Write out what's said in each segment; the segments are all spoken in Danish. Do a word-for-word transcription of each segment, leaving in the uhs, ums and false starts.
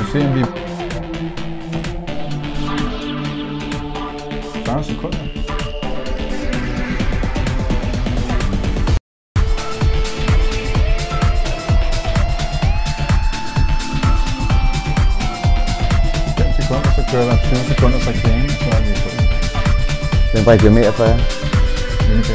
se, om vi... fyrre sekunder. fem sekunder, så kører der tyve sekunders reklame, så er vi på. Hvem reklamerer for jer? Ingenting.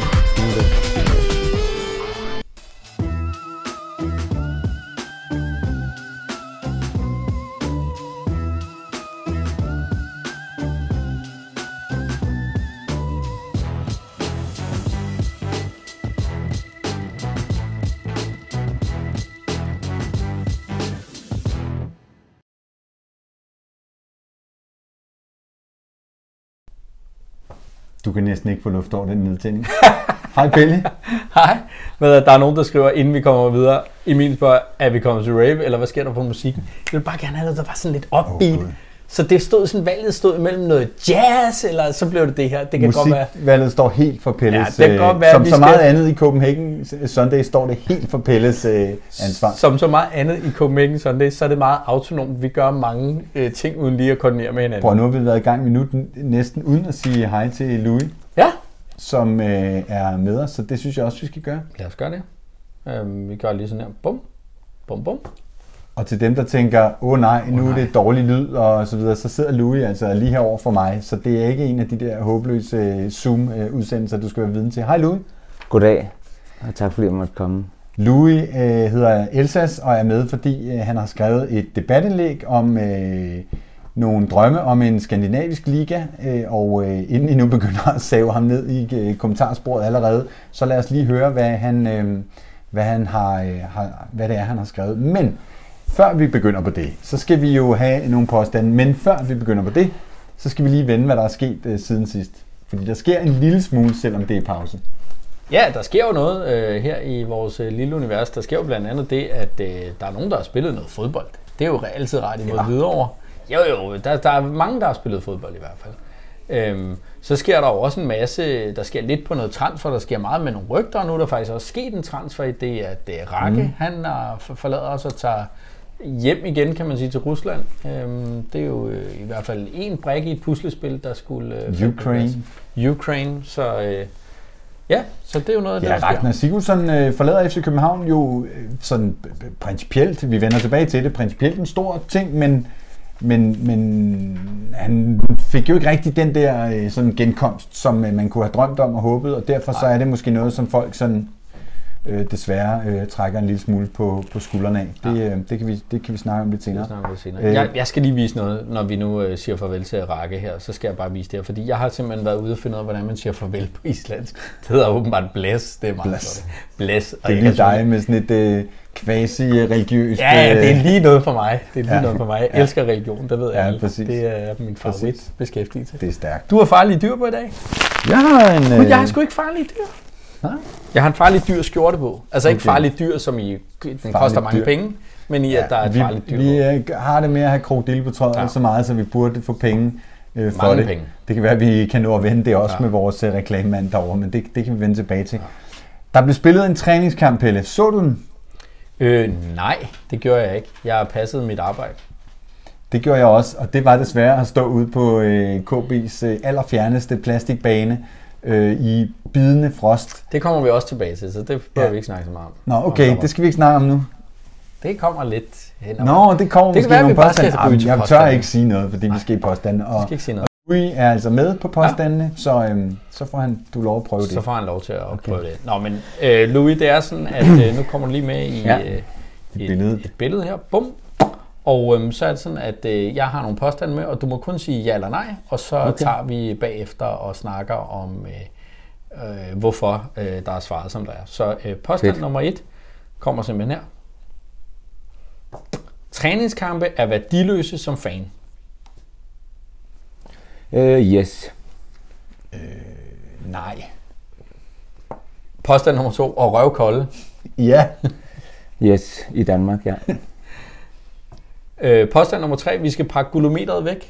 Du kan næsten ikke få luft over den nedtænding. Hej Pelle. Hej. Der er nogen, der skriver, inden vi kommer videre, Emil spørger, er vi kommet til rave, eller hvad sker der på musikken? Jeg vil bare gerne have noget, der var sådan lidt upbeat. Oh, så det stod sådan, valget stod imellem noget jazz, eller så blev det det her. Det kan godt være. Musikvalget står helt for Pelles. Ja, det kan godt være, som vi så skal... meget andet i Copenhagen Sunday står det helt for Pelles øh, ansvar. Som så meget andet i Copenhagen Sunday, så er det meget autonomt. Vi gør mange øh, ting uden lige at koordinere med hinanden. Prøv, nu har vi været i gang minuten næsten uden at sige hej til Louis. Ja. Som øh, er med os, så det synes jeg også, vi skal gøre. Lad os gøre det. Øhm, vi gør lige sådan her. Bum, bum, bum. Og til dem, der tænker, åh oh, nej, nu oh, nej. er det dårlig lyd og så videre, så sidder Louis altså lige herovre for mig. Så det er ikke en af de der håbløse Zoom-udsendelser, du skal være viden til. Hej Louis. Goddag, og tak fordi jeg måtte komme. Louis øh, hedder Elsas og er med, fordi øh, han har skrevet et debatindlæg om øh, nogle drømme om en skandinavisk liga, øh, og øh, inden I nu begynder at save ham ned i øh, kommentarsporet allerede, så lad os lige høre, hvad han, øh, hvad han har, øh, har, hvad det er, han har skrevet. Men før vi begynder på det, så skal vi jo have nogle påstande, men før vi begynder på det, så skal vi lige vende, hvad der er sket øh, siden sidst. Fordi der sker en lille smule, selvom det er pause. Ja, der sker jo noget øh, her i vores øh, lille univers. Der sker jo blandt andet det, at øh, der er nogen, der har spillet noget fodbold. Det er jo altid ret imod ja. Hvidovre. Jo jo, der, der er mange, der har spillet fodbold i hvert fald. Øhm, så sker der jo også en masse, der sker lidt på noget transfer, der sker meget med nogle rygter, og nu er der faktisk også sket en transfer i det, at uh, Rake, mm. han har forlader os og tager hjem igen, kan man sige, til Rusland. Øhm, det er jo øh, i hvert fald en brik i et puslespil, der skulle... Øh, Ukraine. Ukraine, så... Øh, Ja, så det er jo noget af det, ja, Ragnar Sigurdsson øh, forlader F C København jo øh, sådan principielt, vi vender tilbage til det, principielt en stor ting, men, men, men han fik jo ikke rigtig den der øh, sådan genkomst, som øh, man kunne have drømt om og håbet, og derfor så er det måske noget, som folk sådan øh, desværre øh, trækker en lille smule på, på skuldrene af. Det, øh, det, kan vi, det kan vi snakke om lidt senere. Om lidt senere. Øh, jeg, jeg skal lige vise noget, når vi nu øh, siger farvel til Rake her, så skal jeg bare vise det her, fordi jeg har simpelthen været ude og finde ud af, hvordan man siger farvel på islandsk. Det hedder åbenbart blæs, det er meget blæs. godt. Blæs. Det er lige dig med sådan et øh, quasi-religiøst... Ja, ja, det er lige noget for mig. Det er lige ja. noget for mig. Jeg ja. elsker religion, det ved jeg. Ja, præcis. Det er min favorit beskæftigelse. Det er stærkt. Du har farlige dyr på i dag? Jeg har en... Øh... Men jeg har sgu ikke farlige dyr. Nej. Jeg har en farlig dyr skjorte på. Altså ikke okay. farlige dyr, som i den farlig koster mange dyr. penge, men i at ja, der er et vi, farligt dyr vi på. Vi har det med at have krokodille på tråden ja. så meget, så vi burde få penge øh, for mange det. Penge. Det kan være, at vi kan nå at vende det også ja. med vores uh, reklamemand derovre, men det, det kan vi vende tilbage til. Ja. Der blev spillet en træningskamp, Pelle. Så du den? Øh, nej, det gjorde jeg ikke. Jeg har passet mit arbejde. Det gjorde jeg også, og det var desværre at stå ude på øh, K B's øh, allerfjerneste plastikbane øh, i bidende frost. Det kommer vi også tilbage til, så det behøver ja. vi ikke snakke så meget om. Nå, okay, det skal vi ikke snakke om nu. Det kommer lidt hen. Nå, det kommer det måske være, nogle påstande. Jeg tør ikke sige noget, fordi vi skal i påstande. Og, ikke sige noget. og Louis er altså med på påstandene, ja. så, øhm, så får han du lov at prøve det. Så får han lov til at okay. prøve det. Nå, men øh, Louis, det er sådan, at øh, nu kommer du lige med i ja. øh, et, et, billede. et billede her. Bum. Og øhm, så er det sådan, at øh, jeg har nogle påstande med, og du må kun sige ja eller nej, og så okay. tager vi bagefter og snakker om, øh, øh, hvorfor øh, der er svaret, som der er. Så øh, påstand Fedt. nummer et kommer simpelthen her. Træningskampe er værdiløse som fan. Uh, yes. Øh, nej. Påstand nummer to, og røvkolde. Ja. Yes, i Danmark, ja. øh, påstand nummer tre, vi skal pakke gulumeteret væk.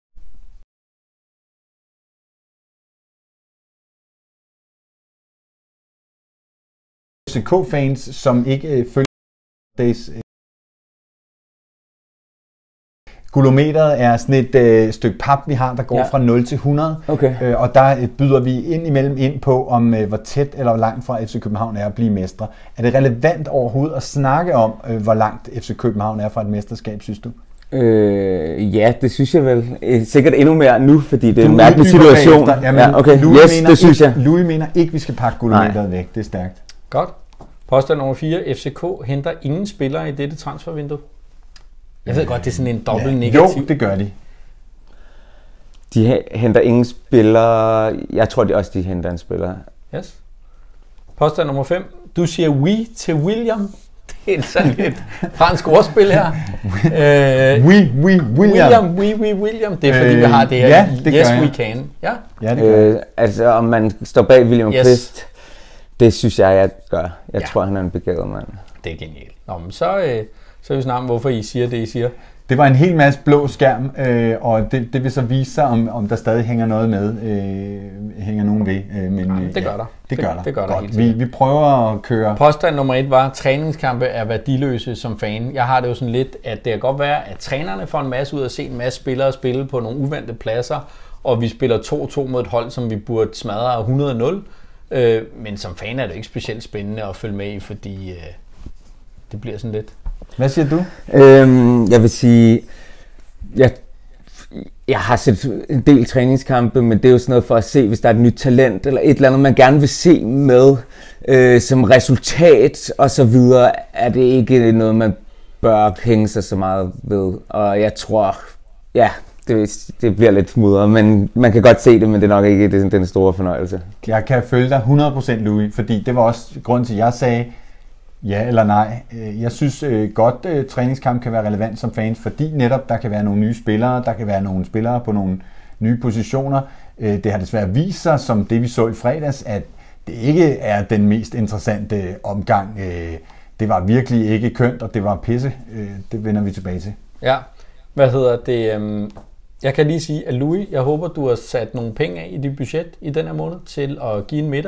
F C K-fans, som ikke øh, følger days, Gulometeret er sådan et øh, stykke pap, vi har, der går Ja. fra nul til hundrede. Okay. Øh, og der øh, byder vi ind imellem ind på, om øh, hvor tæt eller hvor langt fra F C København er at blive mestre. Er det relevant overhovedet at snakke om, øh, hvor langt F C København er fra et mesterskab, synes du? Øh, ja, det synes jeg vel. Øh, Sikkert endnu mere nu, fordi det er Du en mærkelig uddyber situation. bagefter. Jamen, Ja, okay. Louis Yes, mener det synes ikke, jeg. Louis mener ikke, vi skal pakke gulometeret væk. Det er stærkt. Godt. Påstand nummer fire. F C K henter ingen spillere i dette transfervindue. Jeg ved godt, det er sådan en dobbelt Ja, negativ. jo, det gør de. De he- henter ingen spillere. Jeg tror de også, de henter en spiller. Yes. Påstand nummer fem. Du siger oui til William. Det er sådan lidt fransk ordspil her. øh, Oui, oui, William. William, oui, oui, William. Det er fordi, Øh, vi har det her. ja, det gør yes, jeg. we can. Ja. Ja, det gør Øh, altså, om man står bag William Yes. Kvist, det synes jeg, jeg gør. Jeg Ja. tror, han er en begavet mand. Det er genialt. Nå, men så, øh, så er vi snart om, hvorfor I siger det, I siger. Det var en hel masse blå skærm, øh, og det, det vil så vise sig, om, om der stadig hænger noget med, øh, hænger nogen ved. Øh, men, Jamen, øh, det gør der. Det gør der. Det gør der Godt. helt vi, sikkert. vi prøver at køre... Påstand nummer et var, at træningskampe er værdiløse som fan. Jeg har det jo sådan lidt, at det kan godt være, at trænerne får en masse ud at se en masse spillere spille på nogle uvante pladser, og vi spiller to to mod et hold, som vi burde smadre af hundrede nul. Øh, men som fan er det ikke specielt spændende at følge med i, fordi øh, det bliver sådan lidt... Hvad siger du? Øhm, jeg vil sige, jeg, jeg har set en del træningskampe, men det er jo sådan noget for at se, hvis der er et nyt talent, eller et eller andet, man gerne vil se med øh, som resultat, og så videre, er det ikke noget, man bør hænge sig så meget ved. Og jeg tror, ja, det, det bliver lidt mudret, men man kan godt se det, men det er nok ikke det, den store fornøjelse. Jeg kan følge dig hundrede procent, Louis, fordi det var også grunden til, at jeg sagde ja eller nej. Øh, Jeg synes øh, godt, øh, træningskamp kan være relevant som fans, fordi netop der kan være nogle nye spillere, der kan være nogle spillere på nogle nye positioner. Øh, Det har desværre vist sig, som det vi så i fredags, at det ikke er den mest interessante omgang. Øh, Det var virkelig ikke kønt, og det var pisse. Øh, Det vender vi tilbage til. Ja, hvad hedder det? øhm, Jeg kan lige sige, at Louis, jeg håber, du har sat nogle penge af i dit budget i den her måned til at give en middag.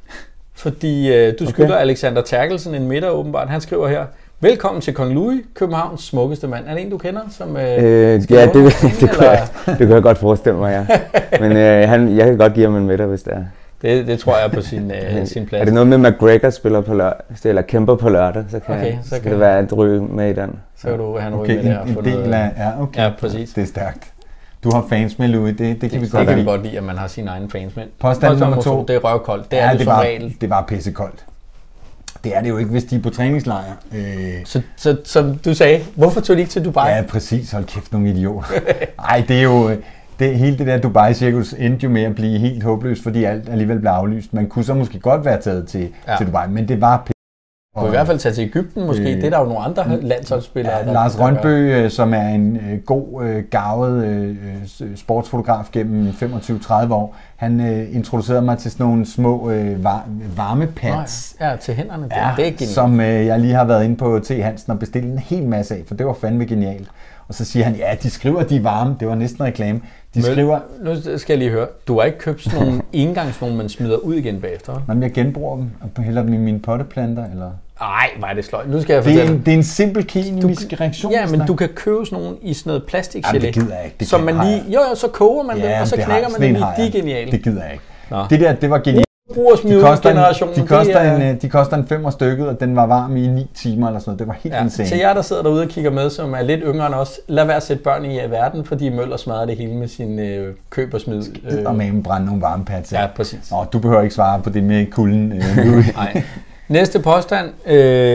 Fordi øh, du skylder okay. Alexander Terkelsen en middag åbenbart. Han skriver her, velkommen til Kong Louis, Københavns smukkeste mand. Er det en, du kender? Som, øh, Øh, skal ja, låne det, nogle det, penge, det, kan jeg, eller? det kan jeg godt forestille mig, ja. Men øh, han, jeg kan godt give ham en middag, hvis det er. Det, det tror jeg er på sin, øh, sin plads. Er det noget med, at McGregor spiller på lørdag, eller kæmper på lørdag, så kan, Okay, okay, så så kan- kan det være et ryg med i den. Så kan du have en Okay, ryg med der. og en, få en del noget- af... Ja, okay. Ja, præcis. Det er stærkt. Du har fans med, Louis. Det, det kan vi Det, godt det kan vi lide. godt lide, at man har sine egne fans med. Påstand nummer to. Det er røvkoldt. Det er Ja, det det som var, regel. det var pissekoldt. Det er det jo ikke, hvis de er på træningslejr. Øh, Så, så som du sagde, hvorfor tog de ikke til Dubai? ja, præcis. Hold kæft, nogle idioter. Ej, det er jo... Det, hele det der Dubai-cirkus endte jo med at blive helt håbløst, fordi alt alligevel blev aflyst. Man kunne så måske godt være taget til, Ja. ja. til Dubai, men det var pisse. Du kan i hvert fald tage til Egypten måske. Øh, Det er der jo nogle andre landsholdsspillere. Ja, der- Lars der gør. Rønbø, øh, som er en øh, god, øh, garvet øh, øh, sportsfotograf gennem femogtyve til tredive år, han øh, introducerede mig til sådan nogle små øh, var, varmepads, Nå, ja, til hænderne. Det, ja, det er genialt. som øh, jeg lige har været inde på T. Hansen og bestilt en hel masse af, for det var fandme genialt. Og så siger han, ja, de skriver, de er varme. Det var næsten reklame. De Møl, skriver, Nu skal jeg lige høre. Du har ikke købt sådan nogle engangsnogen, man smider ud igen bagefter? vel? om jeg genbruger dem og hælder dem i mine potteplanter, eller... Ej, hvor er det sløjt. Nu skal jeg Det er, fortælle. en, det er en simpel kemisk reaktion. Ja, men snak. du kan købe sådan nogle i sådan noget plastikgelé. Jamen, det gider jeg ikke. Det Som kan- man har lige, jeg. jo, jo, så koger man dem, og så det har knækker jeg. man Sådan dem en i. har De er jeg. geniale. Det gider jeg ikke. Nå. Det der, det var genialt. De Brugersmide-generationen. koster, en, de, koster en, øh, de koster en femmer stykket, og den var varm i ni timer eller sådan noget. Det var helt Ja, insane. til jer, der sidder derude og kigger med, som er lidt yngre end os, lad være at sætte børn i verden, fordi Møller smadrer det hele med sin øh, køb og smid. Øh. Og med en brænde nogle varmepads. Ja, præcis. Nå, du behøver ikke svare på det med kulden. Øh, nu. Nej. Næste påstand.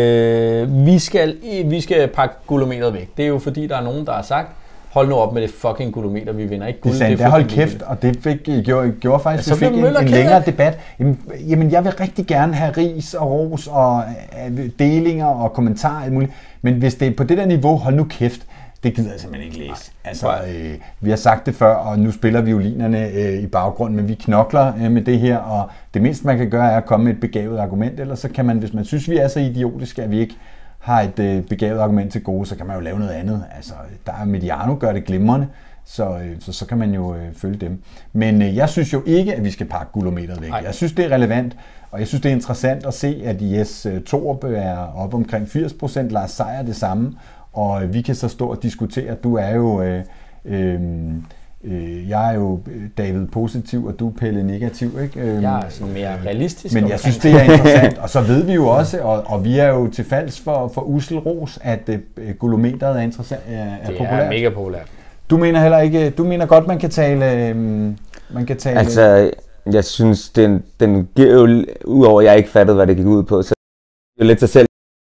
Øh, vi, skal, vi skal pakke gulometeret væk. Det er jo fordi, der er nogen, der har sagt, hold nu op med det fucking gulometer, vi vinder ikke guld. Det sagde er der, hold fucking kæft, og det fik, gjorde, gjorde faktisk, Ja, så vi fik blev en, Møller en ked af længere det. debat. Jamen, jamen, jeg vil rigtig gerne have ris og ros og øh, delinger og kommentarer og alt muligt, men hvis det er på det der niveau, hold nu kæft, det gider jeg simpelthen ikke læse. Altså, øh, vi har sagt det før, og nu spiller violinerne øh, i baggrunden, men vi knokler øh, med det her, og det mindste man kan gøre er at komme med et begavet argument, ellers så kan man, hvis man synes, vi er så idiotiske, at vi ikke har et øh, begavet argument til gode, så kan man jo lave noget andet. Altså, der er Mediano gør det glimrende, så, øh, så, så kan man jo øh, følge dem. Men øh, jeg synes jo ikke, at vi skal pakke gulometeret væk. Nej. Jeg synes, det er relevant, og jeg synes, det er interessant at se, at Jes Torup er oppe omkring firs procent, Lars Seier det samme, og vi kan så stå og diskutere. Du er jo, øh, øh, øh, jeg er jo David positiv, og du er Pelle negativ, ikke? Øh, jeg er sådan mere realistisk. Men jeg synes, det er interessant, og så ved vi jo også, og, og vi er jo til falds for, for usel ros, at øh, golometeret er, interessant, er, er det populært. Det er mega populært. Du mener heller ikke, du mener godt, man kan tale... Øh, man kan tale altså, jeg synes, den, den giver jo, udover at jeg ikke fattede, hvad det gik ud på, så det er lidt sig selv.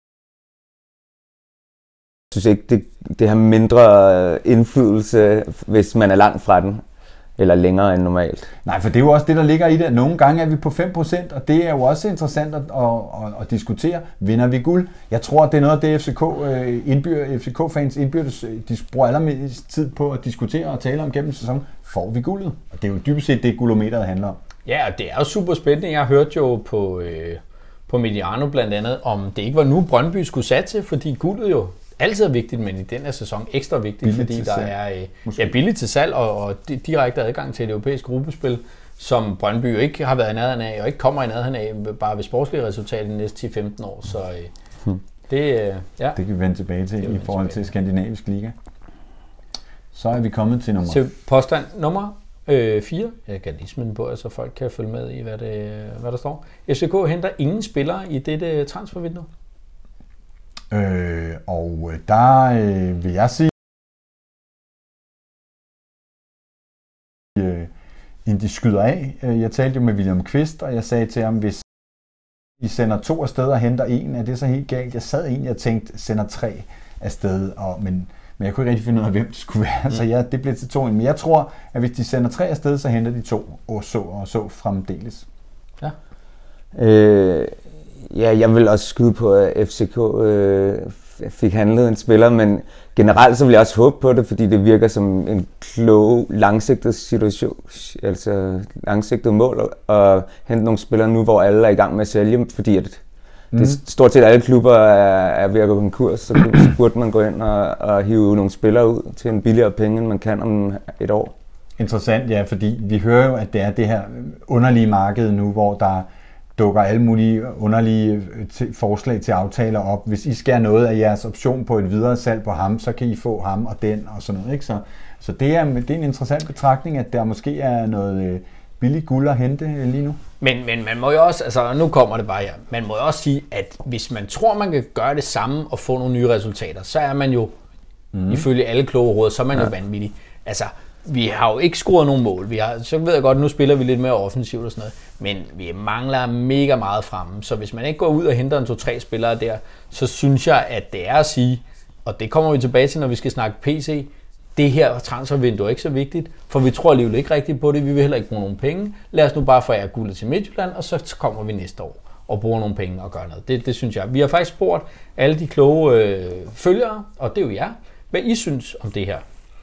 Jeg synes ikke, det, det har mindre indflydelse, hvis man er langt fra den, eller længere end normalt. Nej, for det er jo også det, der ligger i det. Nogle gange er vi på fem procent, og det er jo også interessant at, at, at, at diskutere. Vinder vi guld? Jeg tror, det er noget af det, F C K, indbyr, F C K-fans indbyrdes, de bruger allermest tid på at diskutere og tale om gennem sæsonen. Får vi guldet? Og det er jo dybest set det, guldometeret handler om. Ja, og det er jo super spændende. Jeg hørte jo på, øh, på Mediano blandt andet, om det ikke var nu, Brøndby skulle satse, fordi guldet jo altid er vigtigt, men i den her sæson ekstra vigtigt, billigt fordi der salg. er øh, ja, billigt til salg og, og direkte adgang til et europæisk gruppespil, som Brøndby jo ikke har været i nærheden af, og ikke kommer i nærheden af, bare ved sportslige resultater de næste ti til femten år. Så øh, hmm. det, øh, ja. det kan vi vende tilbage til i forhold til Skandinavisk Liga. Så er vi kommet til nummer... Til påstand nummer øh, fire. Jeg kan lige smide på, så folk kan følge med i, hvad, det, hvad der står. F C K henter ingen spillere i dette transfervindue. Øh, og der øh, vil jeg sige, øh, inden de skyder af. Jeg talte jo med William Kvist, og jeg sagde til ham, hvis I sender to afsted og henter en, er det så helt galt? Jeg sad egentlig og tænkte, sender tre afsted, og, men, men jeg kunne ikke rigtig finde ud af, hvem det skulle være, mm. så ja, det blev til to. Men jeg tror, at hvis de sender tre afsted, så henter de to, og så og så fremdeles. Ja. Øh... Ja, jeg vil også skyde på, at F C K øh, fik handlet en spiller, men generelt så vil jeg også håbe på det, fordi det virker som en klog, langsigtet situation, altså langsigtet mål, at hente nogle spillere nu, hvor alle er i gang med at sælge, fordi at mm. det stort set alle klubber er, er ved at gå konkurs, så, så burde man gå ind og, og hive nogle spillere ud til en billigere penge, end man kan om et år. Interessant, ja, fordi vi hører jo, at det er det her underlige marked nu, hvor der dukker alle mulige underlige forslag til aftaler op. Hvis I skal have noget af jeres option på et videre salg på ham, så kan I få ham og den og sådan noget. Ikke? Så, så det, er, det er en interessant betragtning, at der måske er noget billigt guld at hente lige nu. Men, men man må jo også, altså nu kommer det bare her, man må jo også sige, at hvis man tror, man kan gøre det samme og få nogle nye resultater, så er man jo, mm. ifølge alle kloge råd, så er man ja. jo vanvittig. Altså, vi har jo ikke scoret nogen mål. Vi har, så ved jeg godt, nu spiller vi lidt mere offensivt og sådan noget, men vi mangler mega meget fremme. Så hvis man ikke går ud og henter en to-tre spillere der, så synes jeg, at det er at sige, og det kommer vi tilbage til, når vi skal snakke P C, det her transfervindue er ikke så vigtigt, for vi tror alligevel ikke rigtigt på det. Vi vil heller ikke bruge nogen penge. Lad os nu bare forære guldet til Midtjylland, og så kommer vi næste år og bruger nogle penge og gør noget. Det, det synes jeg. Vi har faktisk spurgt alle de kloge øh, følgere, og det er jo jer, hvad I synes om det her.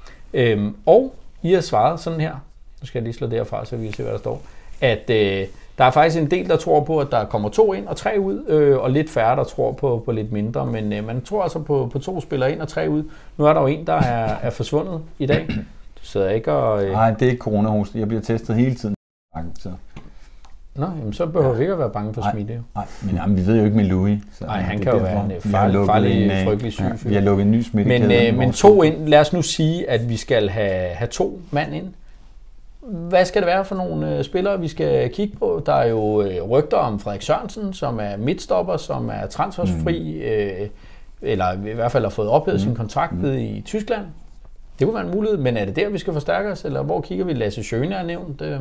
Øhm, og I har svaret sådan her, nu skal jeg lige slå det herfra, så vi kan se, hvad der står, at øh, der er faktisk en del, der tror på, at der kommer to ind og tre ud, øh, og lidt færre, der tror på, på lidt mindre, men øh, man tror altså på, på to spillere ind og tre ud. Nu er der jo en, der er, er forsvundet i dag. Du sidder ikke og... Øh... Nej, det er ikke coronahost. Jeg bliver testet hele tiden. Så. Nå, jamen, så behøver vi ikke at være bange for smitte. Nej, men jamen, vi ved jo ikke med Louis. Nej, han kan jo være en farlig, farlig frygtelig syg. Ja, vi har lukket en ny smitte. Men, øh, men to ind, lad os nu sige, at vi skal have, have to mand ind. Hvad skal det være for nogle øh, spillere, vi skal kigge på? Der er jo øh, rygter om Frederik Sørensen, som er midtstopper, som er transfersfri, mm. øh, eller i hvert fald har fået ophævet mm. sin kontrakt mm. i Tyskland. Det kunne være en mulighed, men er det der, vi skal forstærke os, eller hvor kigger vi? Lasse Schöne er nævnt. Øh.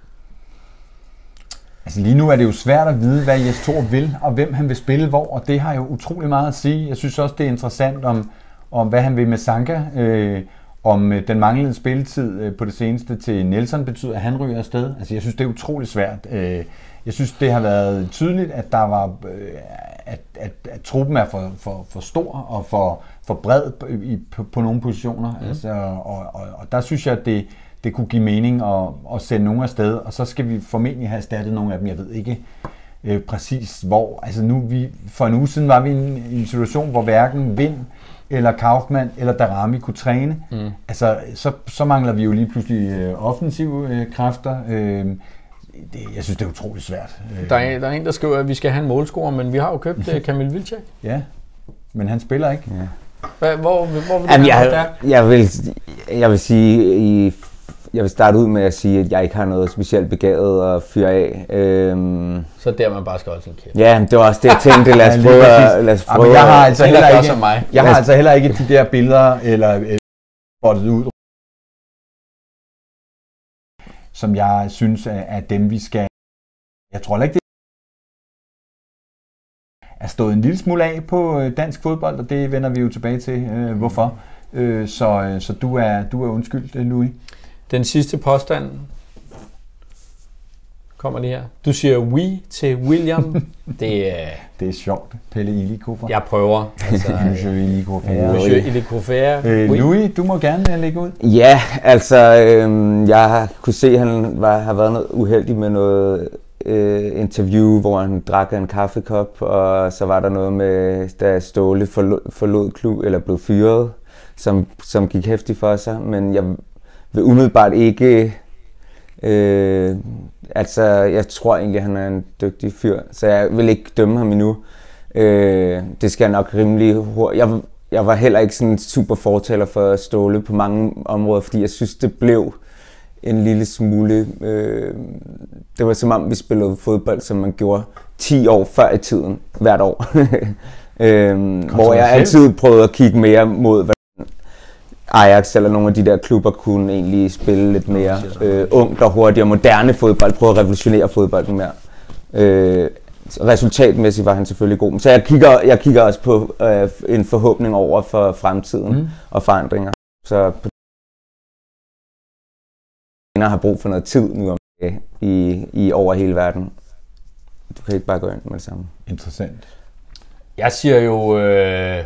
Altså lige nu er det jo svært at vide, hvad Jes Thor vil, og hvem han vil spille hvor, og det har jo utrolig meget at sige. Jeg synes også, det er interessant om, om hvad han vil med Sanka, øh, om den manglende spilletid øh, på det seneste til Nelson betyder, at han ryger afsted. Altså jeg synes, det er utrolig svært. Øh, jeg synes, det har været tydeligt, at der var, øh, at, at, at truppen er for, for, for stor og for, for bred i, på, på nogle positioner. Mm. Altså, og, og, og der synes jeg, at det det kunne give mening at, at sende nogen afsted, og så skal vi formentlig have erstattet nogle af dem. Jeg ved ikke øh, præcis hvor. Altså nu, vi, for en uge siden var vi i en, i en situation, hvor hverken Vind eller Kaufmann eller Darami kunne træne. Mm. Altså så, så mangler vi jo lige pludselig øh, offensive øh, kræfter. Øh, det, jeg synes, det er utroligt svært. Der er, der er en, der skriver, at vi skal have en målscorer, men vi har jo købt Kamil Vilcek. Ja, men han spiller ikke. Ja. Hvor, hvor, hvor vil du Jamen, have jeg, jeg, vil, jeg vil sige, i, jeg vil starte ud med at sige, at jeg ikke har noget specielt begavet at fyre af. Øhm, så der man bare skal holde sin kæft. Ja, det var også det, jeg tænkte. Lad os prøve at... Lad os prøve jeg har altså heller ikke, som mig. Jeg har altså heller ikke de der billeder, eller spottet ud, som jeg synes er dem, vi skal... Jeg tror ikke, det er stået en lille smule af på dansk fodbold, og det vender vi jo tilbage til, øh, hvorfor. Øh, så så du, er, du er undskyldt, Louis. Den sidste påstand kommer lige her. Du siger we til William. Det er... det er sjovt, Pelle Ilikofer. Jeg prøver. Altså, Monsieur Ilikofer. Monsieur Ilikofer. Øh, Louis, du må gerne lægge ud. Ja, altså, øh, jeg har kunne se, at han var, har været noget uheldig med noget øh, interview, hvor han drak en kaffekop, og så var der noget med, da Ståle forlod, forlod klub, eller blev fyret, som, som gik hæftigt for sig, men jeg vil umiddelbart ikke... Øh, altså, jeg tror egentlig, at han er en dygtig fyr, så jeg vil ikke dømme ham endnu. Øh, det skal nok rimelig hurtigt. Jeg, jeg var heller ikke sådan super fortaler for Ståle på mange områder, fordi jeg synes, det blev en lille smule... Øh, det var som om, vi spillede fodbold, som man gjorde ti år før i tiden, hvert år. øh, hvor jeg altid prøvede at kigge mere mod, hvad Ajax eller nogle af de der klubber kunne egentlig spille lidt mere øh, ungt og hurtigt og moderne fodbold, prøve at revolutionere fodbolden mere. Øh, resultatmæssigt var han selvfølgelig god, så jeg kigger, jeg kigger også på øh, en forhåbning over for fremtiden mm. og forandringer. Så jeg har brug for noget tid nu om det i, i over hele verden. Du kan ikke bare gå ind med det samme. Interessant. Jeg siger jo... Øh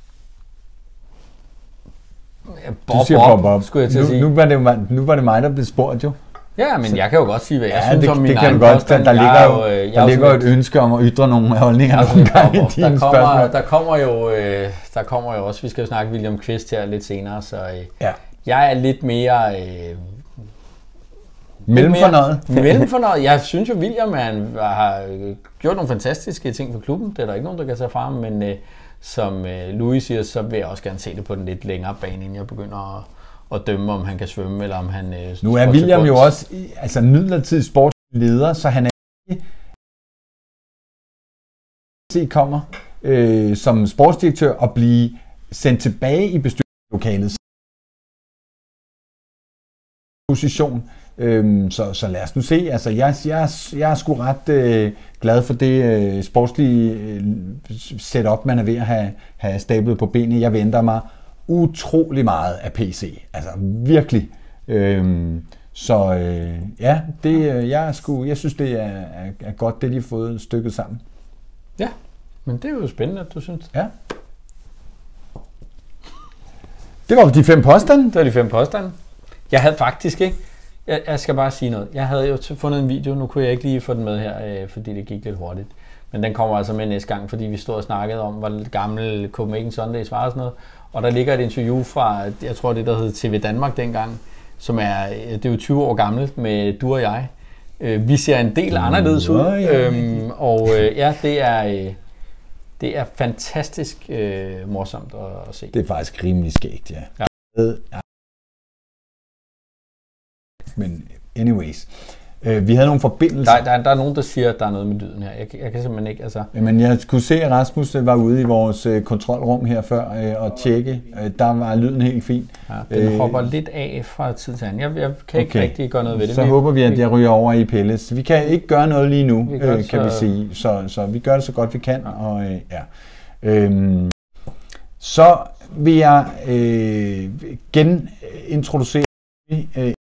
Bob, du siger Bob, Bob, Bob. Skulle jeg til nu, at sige. Nu var, det, nu var det mig, der blev spurgt jo. Ja, men så, jeg kan jo godt sige, hvad jeg ja, synes det, om min det egen godt, påstand. Der, der ligger jo, jo, øh, der ligger jo et ønske om at ytre nogle holdninger omkring i dine der kommer, spørgsmål. Der kommer, jo, øh, der kommer jo også, vi skal jo snakke William Kvist her lidt senere, så øh, ja. jeg er lidt mere... Øh, Mellemfornøjet. Mellemfornøjet. Jeg synes jo, William er en, har gjort nogle fantastiske ting for klubben. Det er der ikke nogen, der kan tage fra ham, men øh, som øh, Louis siger, så vil jeg også gerne se det på den lidt længere bane, inden jeg begynder at, at dømme, om han kan svømme, eller om han... Øh, nu er William jo også altså midlertidig sportsleder, så han er ikke kommer øh, som sportsdirektør og blive sendt tilbage i bestyrelseslokalet position. Øhm, så, så lad os nu se. Altså, jeg, jeg, jeg er sgu ret øh, glad for det øh, sportslige øh, setup, man er ved at have, have stablet på benene. Jeg venter mig utrolig meget af P C. Altså virkelig. Øhm, så øh, ja, det, jeg, er sgu, jeg synes, det er, er, er godt, det de har fået stykket sammen. Ja, men det er jo spændende, at du synes. Ja. Det var de fem påstande. Det var de fem påstande. Jeg havde faktisk ikke... Jeg, jeg skal bare sige noget. Jeg havde jo fundet en video, nu kunne jeg ikke lige få den med her, øh, fordi det gik lidt hurtigt. Men den kommer altså med næste gang, fordi vi stod og snakkede om, hvor gammel Copenhagen Sundays var og sådan noget. Og der ligger et interview fra, jeg tror det der hed T V Danmark dengang, som er, det er jo tyve år gammelt med du og jeg. Øh, vi ser en del anderledes ud, øhm, og øh, ja, det er, øh, det er fantastisk øh, morsomt at, at se. Det er faktisk rimelig skægt, ja. ja. ja. Men anyways, øh, vi havde nogle forbindelser. Der, der, der er nogen, der siger, at der er noget med lyden her. Jeg, jeg kan simpelthen ikke, altså... Men jeg kunne se, at Rasmus var ude i vores øh, kontrolrum her før øh, og tjekke. Øh, der var lyden helt fin. Ja, den øh, hopper lidt af fra tid til anden. Jeg, jeg kan ikke okay. rigtig gøre noget ved det. Så vi, håber vi, at jeg ryger over i Pelles. Vi kan ikke gøre noget lige nu, øh, kan så... vi sige. Så, så vi gør det så godt vi kan. Ja. Og, øh, ja. øhm, så vil jeg øh, genintroducere øh,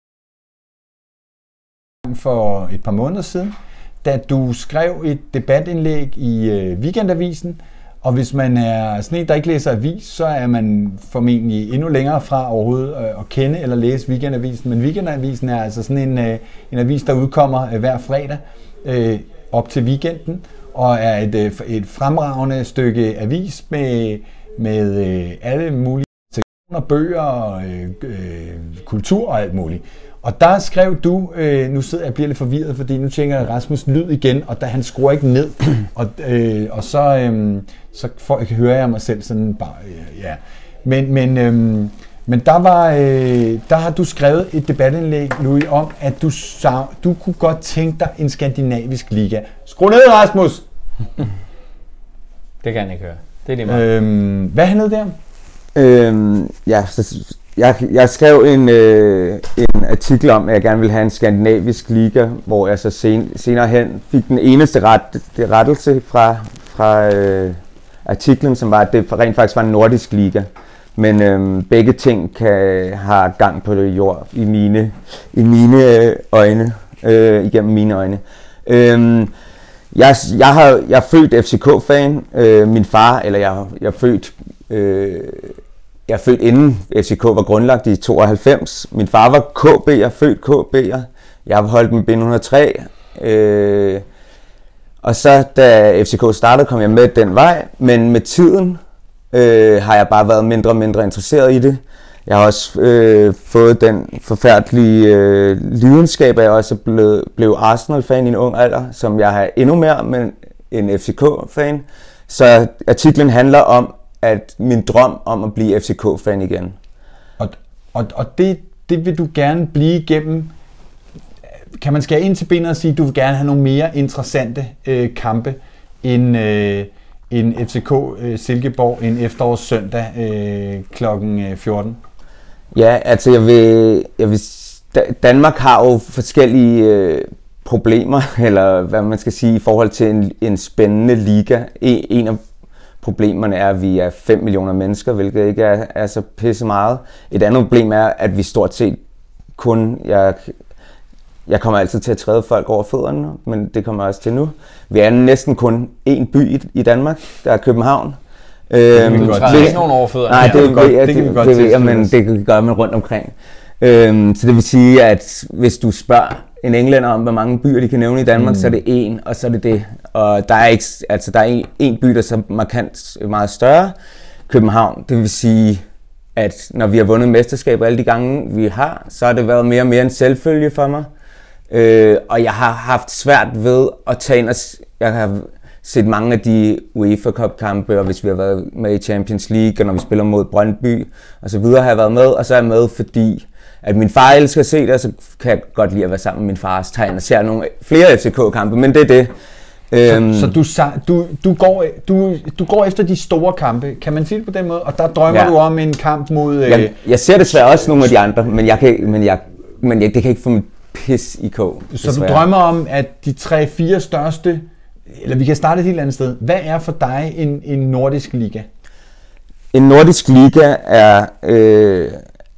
for et par måneder siden, da du skrev et debatindlæg i øh, Weekendavisen, og hvis man er sådan en, der ikke læser avis, så er man formentlig endnu længere fra overhovedet øh, at kende eller læse Weekendavisen, men Weekendavisen er altså sådan en, øh, en avis, der udkommer øh, hver fredag øh, op til weekenden, og er et, øh, et fremragende stykke avis med, med øh, alle mulige og bøger, øh, øh, kultur og alt muligt. Og der skrev du, øh, nu sidder jeg og bliver lidt forvirret, fordi nu tænker jeg Rasmus lyd igen, og da han skruer ikke ned, og, øh, og så, øh, så får, jeg, hører jeg mig selv sådan bare, øh, ja. Men, men, øh, men der, var, øh, der har du skrevet et debatindlæg, Louis, om, at du, sa, du kunne godt tænke dig en skandinavisk liga. Skru ned, Rasmus! Det kan jeg ikke høre. Det er lige meget. Øh, hvad handlede det om? Øhm, ja, så, jeg, jeg skrev en, øh, en artikel om, at jeg gerne ville have en skandinavisk liga, hvor jeg så sen, senere hen fik den eneste ret, det rettelse fra, fra øh, artiklen, som var, at det rent faktisk var en nordisk liga. Men øh, begge ting kan have gang på det jord i mine, i mine øjne, øh, igennem mine øjne. Øh, jeg, jeg, har, jeg er født F C K-fan. Øh, min far, eller jeg, jeg er født... Øh, Jeg er født inden F C K var grundlagt i tooghalvfems. Min far var K B'er, født K B'er. Jeg har holdt med B et hundrede og tre. Øh, og så da F C K startede, kom jeg med den vej. Men med tiden øh, har jeg bare været mindre og mindre interesseret i det. Jeg har også øh, fået den forfærdelige øh, lidenskab, at jeg også blev, blev Arsenal-fan i en ung alder, som jeg har endnu mere med en F C K-fan. Så artiklen handler om, at min drøm om at blive F C K-fan igen. Og, og, og det, det vil du gerne blive igennem. Kan man skære ind til benet og sige, at du vil gerne have nogle mere interessante øh, kampe end, øh, end F C K øh, Silkeborg en efterårssøndag øh, klokken fjorten? Ja, altså jeg vil, jeg vil... Danmark har jo forskellige øh, problemer, eller hvad man skal sige, i forhold til en, en spændende liga. En, en af problemerne er, at vi er fem millioner mennesker, hvilket ikke er, er så pisse meget. Et andet problem er, at vi stort set kun... Jeg, jeg kommer altid til at træde folk over fødderne, men det kommer jeg også til nu. Vi er næsten kun én by i, i Danmark, der er København. Øhm, du træder ikke nogen over fødderne. Nej, det, det, det, det, det, det ved jeg, men det gør man rundt omkring. Øhm, så det vil sige, at hvis du spørger en englænder om, hvor mange byer de kan nævne i Danmark, mm. så er det en, og så er det det. Og der er ikke, altså der er en, en by, der er så markant meget større, København. Det vil sige, at når vi har vundet mesterskaber alle de gange, vi har, så har det været mere og mere en selvfølge for mig. Øh, og jeg har haft svært ved at tage ind og... Jeg har set mange af de UEFA Cup-kampe, og hvis vi har været med i Champions League, og når vi spiller mod Brøndby, og så videre har jeg været med, og så er jeg med, fordi at min far elsker at se det, og så kan jeg godt lide at være sammen med min fars tegn og se nogle flere F C K-kampe, men det er det. Så, øhm, så du, du, du, går, du, du går efter de store kampe, kan man sige det på den måde? Og der drømmer ja. du om en kamp mod... Øh... Jeg, jeg ser desværre også nogle af de andre, men, jeg kan, men, jeg, men jeg, det kan ikke få mit pis i kog. Så desværre. Du drømmer om, at de tre-fire største... Eller vi kan starte et helt andet sted. Hvad er for dig en, en nordisk liga? En nordisk liga er... Øh,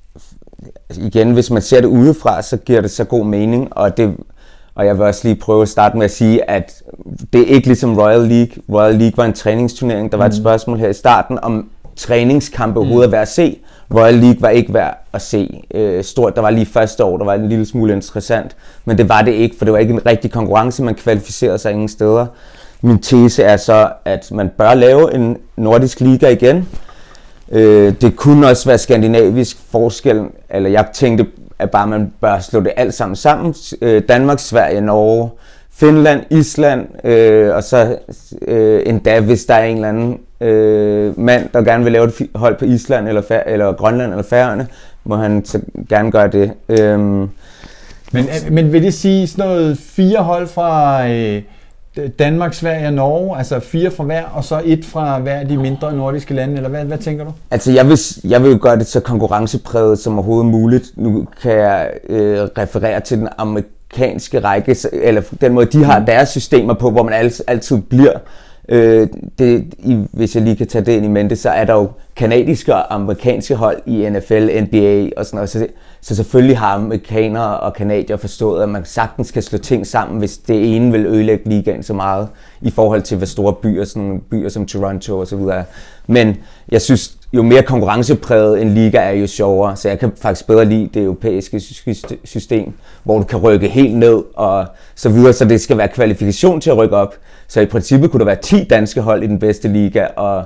igen, hvis man ser det udefra, så giver det så god mening, og det... Og jeg vil også lige prøve at starte med at sige, at det er ikke ligesom Royal League. Royal League var en træningsturnering. Der var et spørgsmål her i starten om træningskampe overhovedet er værd at se. Royal League var ikke værd at se øh, stort. Der var lige første år, der var en lille smule interessant. Men det var det ikke, for det var ikke en rigtig konkurrence. Man kvalificerede sig ingen steder. Min tese er så, at man bør lave en nordisk liga igen. Øh, det kunne også være skandinavisk forskel. Eller jeg tænkte, at bare man bør slå det alt sammen sammen. Øh, Danmark, Sverige, Norge, Finland, Island, øh, og så øh, endda, hvis der er en eller anden øh, mand, der gerne vil lave et hold på Island, eller, Fær- eller Grønland, eller Færøerne, må han så gerne gøre det. Øhm. Men, men vil det sige sådan noget fire hold fra øh, Danmark, Sverige og Norge, altså fire fra hver, og så et fra hver af de mindre nordiske lande, eller hvad, hvad tænker du? Altså jeg vil, jeg vil gøre det så konkurrencepræget som overhovedet muligt. Nu kan jeg øh, referere til den amerikanske række, eller den måde de har deres systemer på, hvor man altid, altid bliver. Øh, det, i, hvis jeg lige kan tage det ind i mente, så er der jo kanadiske og amerikanske hold i N F L, N B A og sådan noget. Så, så selvfølgelig har amerikanere og kanadier forstået, at man sagtens kan slå ting sammen, hvis det ene vil ødelægge ligaen så meget, i forhold til, hvad store byer, sådan nogle byer som Toronto og så videre. Men jeg synes, jo mere konkurrencepræget en liga er, jo sjovere. Så jeg kan faktisk bedre lide det europæiske system, hvor du kan rykke helt ned og så videre, så det skal være kvalifikation til at rykke op. Så i princippet kunne der være ti danske hold i den bedste liga, og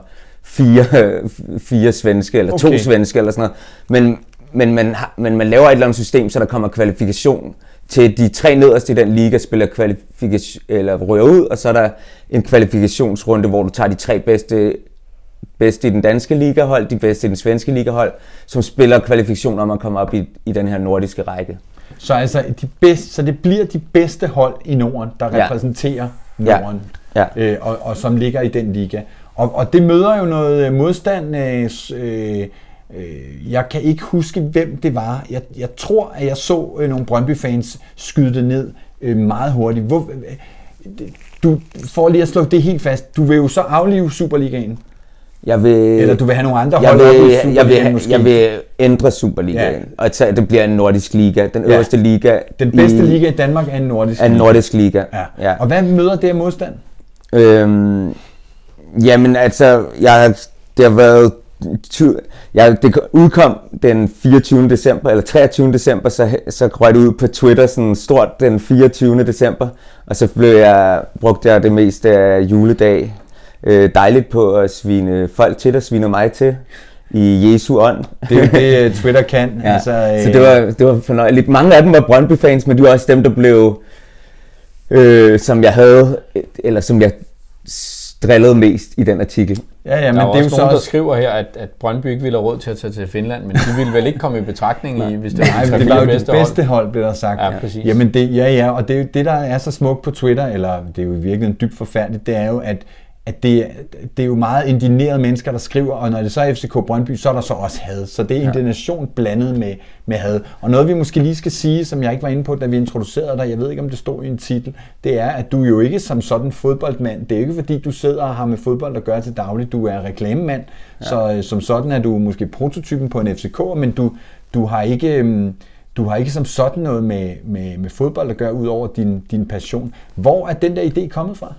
fire, fire svenske, eller okay. to svenske, eller sådan noget. Men, men, man, men man laver et eller andet system, så der kommer kvalifikation til de tre nederste i den liga, spiller kvalifikation, eller ryger ud, og så er der en kvalifikationsrunde, hvor du tager de tre bedste, bedste i den danske ligahold, de bedste i den svenske ligahold, som spiller kvalifikation, når man kommer op i, i den her nordiske række. Så, altså, de bedste, så det bliver de bedste hold i Norden, der ja. repræsenterer Norden, ja. Ja. Øh, og, og som ligger i den liga. Og, og det møder jo noget modstand. Øh, øh, jeg kan ikke huske, hvem det var. Jeg, jeg tror, at jeg så øh, nogle Brøndby-fans skyde det ned øh, meget hurtigt. Hvor, øh, du får lige at slå det helt fast. Du vil jo så aflive Superligaen. Jeg vil, Eller du vil have nogle andre jeg hold vil, op i Superligaen jeg vil, måske? Jeg vil ændre Superligaen, ja. og så det bliver en nordisk liga. Den øverste ja. liga. Den bedste i, liga i Danmark er en nordisk liga. En nordisk liga, ja. Ja. Og hvad møder det af modstand? Øhm, jamen altså, jeg, det har været... Jeg, det udkom den fireogtyvende december, eller treogtyvende december, så, så røg det ud på Twitter sådan stort den fireogtyvende december, og så blev jeg, brugte jeg det meste af juledag øh, dejligt på at svine folk til, der sviner mig til i Jesu ånd. Det er jo det, Twitter kan. Ja. Altså, øh... Så det var, det var fornøjeligt. Mange af dem var Brøndby-fans, men de var også dem, der blev, øh, som jeg havde, eller som jeg drillede mest i den artikel. Ja, ja, men der er det er også nogen, der skriver her, at, at Brøndby ikke ville have råd til at tage til Finland, men de ville vel ikke komme i betragtning i, hvis det Nej, var de det var jo bedste det bedste hold, blev der sagt. Ja, præcis. Jamen det, ja, ja, og det er jo det, der er så smukt på Twitter, eller det er jo virkelig dybt forfærdeligt, det er jo, at at det, det er jo meget indignerede mennesker, der skriver, og når det så er F C K Brøndby, så er der så også had. Så det er indignation blandet med, med had. Og noget, vi måske lige skal sige, som jeg ikke var inde på, da vi introducerede dig, jeg ved ikke, om det stod i en titel, det er, at du jo ikke som sådan fodboldmand, det er ikke fordi, du sidder og har med fodbold at gøre til dagligt, du er reklamemand, ja. Så som sådan er du måske prototypen på en F C K, men du, du har ikke... Du har ikke som sådan noget med, med, med fodbold at gøre, ud over din, din passion. Hvor er den der idé kommet fra?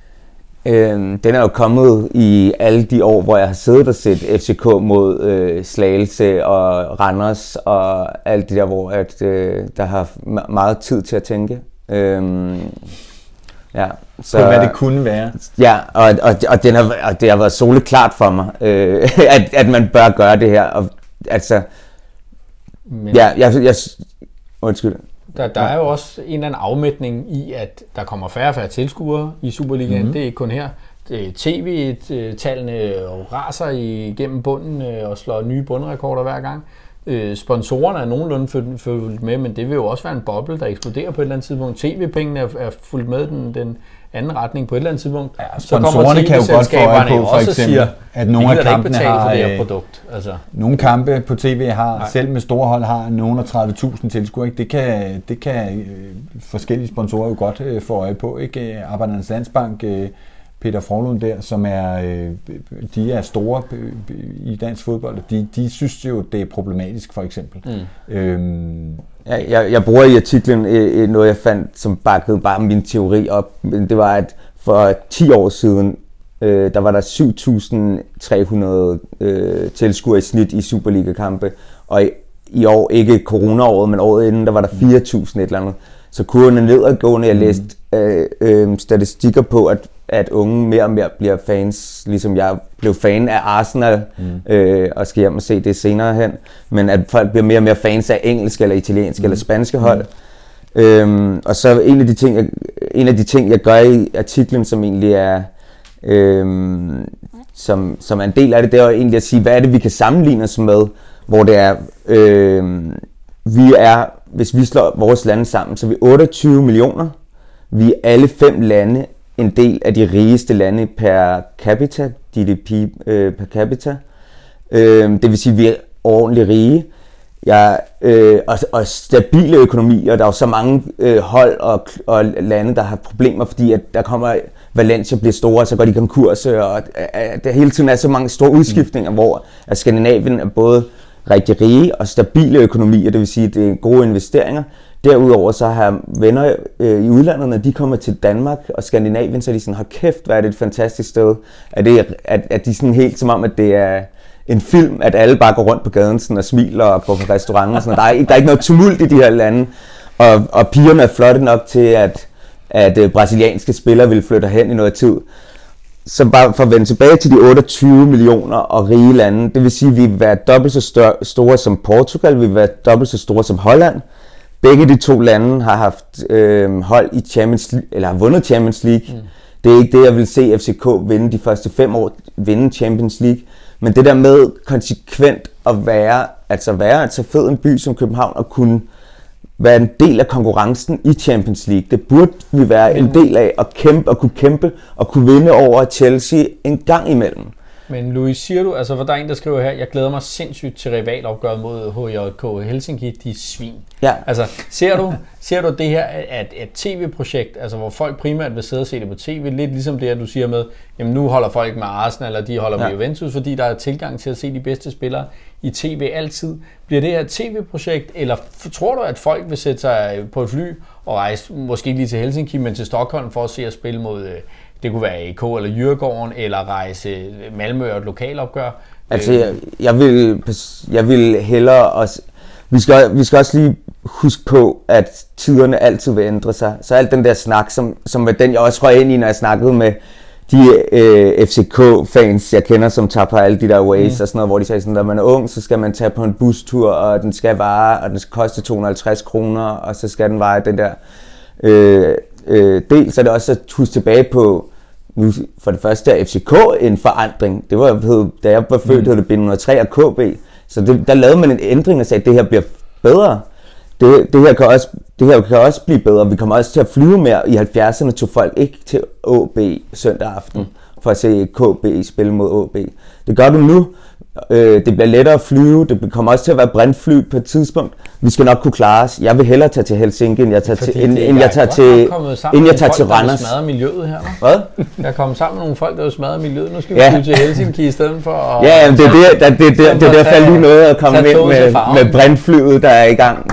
Den er jo kommet i alle de år, hvor jeg har siddet og set F C K mod øh, Slagelse og Randers og alt det der, hvor at, øh, der har meget tid til at tænke. Øhm, ja, så, på hvad det kunne være. Ja, og, og, og, den har, og det har været soleklart for mig, øh, at, at man bør gøre det her. Og, altså, Men... ja, jeg, jeg, undskyld. Der, der er jo også en eller anden afmætning i, at der kommer færre og færre tilskuere i Superligaen. Mm-hmm. Det er ikke kun her. T V-tallene raser igennem bunden og slår nye bundrekorder hver gang. Sponsorerne er nogenlunde fulgt med, men det vil jo også være en boble, der eksploderer på et eller andet tidspunkt. T V-pengene er, er fulgt med den, den anden retning på et eller andet tidspunkt. Ja, sponsorerne kan jo godt få øje på, for eksempel, siger, at nogle af kampene har... Det her produkt. Altså. Nogle kampe på tv har, Nej. selv med store hold, har nogle af tredive tusind tilskuere. Det kan, det kan øh, forskellige sponsorer jo godt øh, få øje på. Ikke? Arbejdernes Landsbank, øh, Peter Frolund der, som er, øh, de er store i dansk fodbold, de, de synes jo, det er problematisk, for eksempel. Mm. Øhm, jeg, jeg, jeg bruger i artiklen øh, noget, jeg fandt, som bakkede bare min teori op. Det var, at for ti år siden, øh, der var der syv tusind tre hundrede øh, tilskuere i snit i Superliga-kampe, og i, i år, ikke corona-året, men året inden, der var der fire tusind et eller andet. Så kurven er nedadgående. Jeg læste øh, øh, statistikker på, at at unge mere og mere bliver fans, ligesom jeg blev fan af Arsenal, mm. øh, og skal hjem og se det senere hen, men at folk bliver mere og mere fans af engelske eller italienske mm. eller spanske hold. Mm. Øhm, og så en af de ting, jeg, en af de ting, jeg gør i artiklen, som egentlig er, øhm, som, som er en del af det, det er egentlig at sige, hvad er det, vi kan sammenligne os med, hvor det er, øhm, vi er, hvis vi slår vores lande sammen, så er vi otteogtyve millioner, vi er alle fem lande, en del af de rigeste lande per capita, G D P øh, per capita. Øh, det vil sige, at vi er ordentligt rige. Jeg, øh, og, og stabile økonomier. Der er jo så mange øh, hold og, og lande, der har problemer, fordi at der kommer Valencia bliver store, så går de konkurs. Og at der hele tiden er så mange store udskiftninger, mm. hvor at Skandinavien er både rigtig rige og stabile økonomier, det vil sige, at det er gode investeringer. Derudover så har jeg venner øh, i udlandet, når de kommer til Danmark og Skandinavien, så er de sådan, hold kæft, hvad er det et fantastisk sted. Er, det, at, at de sådan helt som om, at det er en film, at alle bare går rundt på gaden sådan, og smiler og går på restauranter og sådan. Der er, der er ikke noget tumult i de her lande. Og, og pigerne er flotte nok til, at, at øh, brasilianske spillere vil flytte hen i noget tid. så bare for at vende tilbage til de otteogtyve millioner og rige lande, det vil sige, at vi vil være dobbelt så større, store som Portugal, vi vil være dobbelt så store som Holland. Begge de to lande har haft øh, hold i Champions League, eller har vundet Champions League. Mm. Det er ikke det, jeg vil se F C K vinde de første fem år, vinde Champions League. Men det der med konsekvent at være, altså være altså fed en by som København og kunne være en del af konkurrencen i Champions League. Det burde vi være en del af at kæmpe og kunne kæmpe og kunne vinde over Chelsea en gang imellem. Men Louis, siger du, altså for der er en, der skriver her, jeg glæder mig sindssygt til rivalopgøret mod H J K Helsinki, de svin. Ja. Altså, ser du, ser du det her, at et tv-projekt, altså hvor folk primært vil sidde og se det på tv, lidt ligesom det, at du siger med, jamen nu holder folk med Arsenal, eller de holder ja. med Juventus, fordi der er tilgang til at se de bedste spillere i tv altid. Bliver det her et tv-projekt, eller tror du, at folk vil sætte sig på et fly og rejse, måske ikke lige til Helsinki, men til Stockholm for at se at spille mod... Det kunne være A K eller Djurgården, eller rejse Malmø og et lokalopgør. Altså, jeg, jeg, vil, jeg vil hellere også... Vi skal, vi skal også lige huske på, at tiderne altid vil ændre sig. Så alt den der snak, som, som var den, jeg også røg ind i, når jeg snakkede med de øh, F C K-fans, jeg kender, som tager på alle de der ways mm. og sådan noget, hvor de sagde sådan, når man er ung, så skal man tage på en bustur, og den skal vare, og den skal koste to hundrede og halvtreds kroner, og så skal den vare den der... Øh, Øh, dels er det også at huske tilbage på, nu for det første er F C K en forandring. Det var, da jeg var født, mm. hed det B et nul tre og K B. Så det, der lavede man en ændring og sagde, at det her bliver bedre. Det, det, her kan også, det her kan også blive bedre. Vi kommer også til at flyve mere. I halvfjerdserne tog folk ikke til A B søndag aften mm. for at se K B spille mod A B. Det gør du nu. Øh, det bliver lettere at flyve, det kommer også til at være brintfly på et tidspunkt. Vi skal nok kunne klare os. Jeg vil hellere tage til Helsinki, end jeg tager til, end, end jeg tager til, end jeg tager til Randers. Der er miljøet her, hvad? Jeg er kommet sammen med nogle folk, der vil smadre miljøet. Nu skal vi ja. til Helsinki i stedet for at... Ja, jamen, det er det, der, det, det, det, der faldt lige noget at komme ind med, med brintflyet, der er i gang.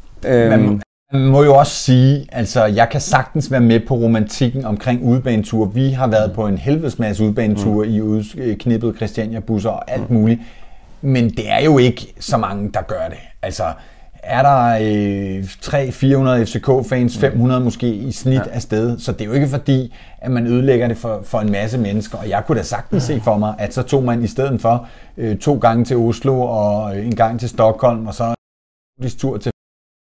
Øhm. Man må jo også sige, altså jeg kan sagtens være med på romantikken omkring udbaneture. Vi har været på en helvedes masse udbaneture mm. i udknippet Christiania-busser og alt muligt. Men det er jo ikke så mange, der gør det. Altså er der øh, tre hundrede til fire hundrede F C K-fans, fem hundrede måske i snit ja. afsted. Så det er jo ikke fordi, at man ødelægger det for, for en masse mennesker. Og jeg kunne da sagtens se for mig, at så tog man i stedet for øh, to gange til Oslo og en gang til Stockholm, og så en tur til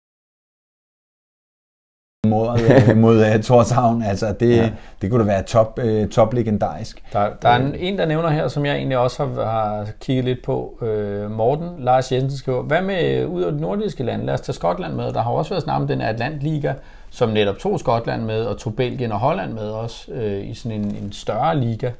mod, mod uh, Torshavn, altså det, ja. det kunne da være top, uh, top legendarisk. Der, der er en, en, der nævner her, som jeg egentlig også har, har kigget lidt på, uh, Morten Lars Jensen skriver, hvad med ud af de nordiske lande? Lad os tage Skotland med. Der har også været snart den Atlantliga, som netop tog Skotland med, og tog Belgien og Holland med også, uh, i sådan en, en større liga.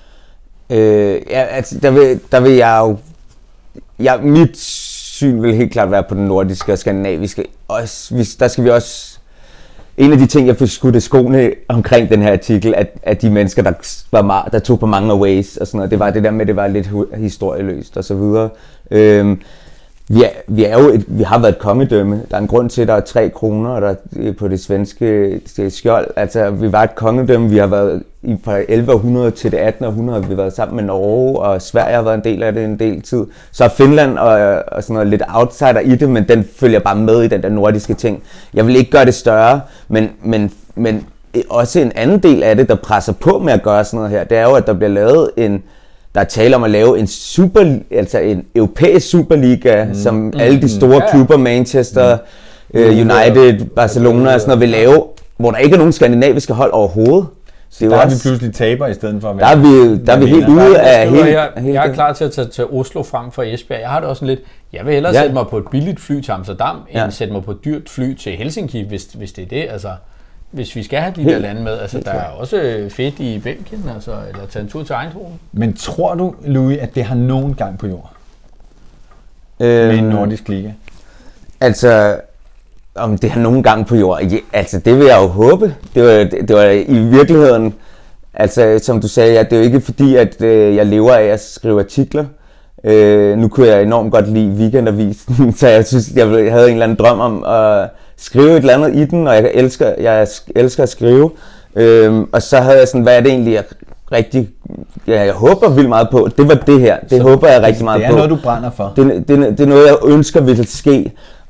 Øh, ja, altså der vil, der vil jeg jo, jeg, mit syn vil helt klart være på den nordiske og skandinaviske. Også, hvis, der skal vi også en af de ting, jeg fik skudt i skoene omkring den her artikel, at, at de mennesker, der, var, der tog på mange aways og sådan noget, det var det der med, at det var lidt historieløst og så videre. Øhm, vi, er, vi, er jo et, vi har været et kongedømme. Der er en grund til, at der er tre kroner der er på det svenske det skjold. Altså, vi var et kongedømme. Vi har været fra elleve hundrede til det attende århundrede. Vi har været sammen med Norge, og Sverige har været en del af det en del tid. Så er Finland og, og sådan noget lidt outsider i det, men den følger bare med i den der nordiske ting. Jeg vil ikke gøre det større, men, men, men også en anden del af det, der presser på med at gøre sådan noget her, det er jo, at der bliver lavet en Der er tale om at lave en super, altså en europæisk superliga, mm. som mm. alle de store mm. klubber, Manchester, mm. uh, United, Barcelona og sådan noget, vil lave, hvor der ikke er nogen skandinaviske hold overhovedet. Så der er også, vi pludselig taber i stedet for at være. Der er vi, der er vi helt ude af hele... Jeg, jeg er klar til at tage til Oslo frem for Esbjerg. Jeg har det også sådan lidt, jeg vil hellere ja. sætte mig på et billigt fly til Amsterdam, end ja. sætte mig på et dyrt fly til Helsinki, hvis, hvis det er det, altså... Hvis vi skal have de helt, der lande med, altså der er også fedt i Belgien, altså, eller tage en tur til Eindhoven. Men tror du, Louis, at det har nogen gang på jord? Øhm, med en nordisk liga? Altså, om det har nogen gang på jord? Ja, altså, det vil jeg jo håbe. Det var, det, det var i virkeligheden, altså som du sagde, ja, det er jo ikke fordi, at øh, jeg lever af at skrive artikler. Øh, nu kunne jeg enormt godt lide Weekendavisen, så jeg synes, jeg havde en eller anden drøm om at skrive et eller andet i den, og jeg elsker, jeg elsker at skrive. Øhm, og så havde jeg sådan, hvad er det egentlig, jeg rigtig, ja, jeg håber vildt meget på. Det var det her. Det så håber jeg rigtig meget på. Det er noget, du brænder for. Det, det, det er noget, jeg ønsker vil ske.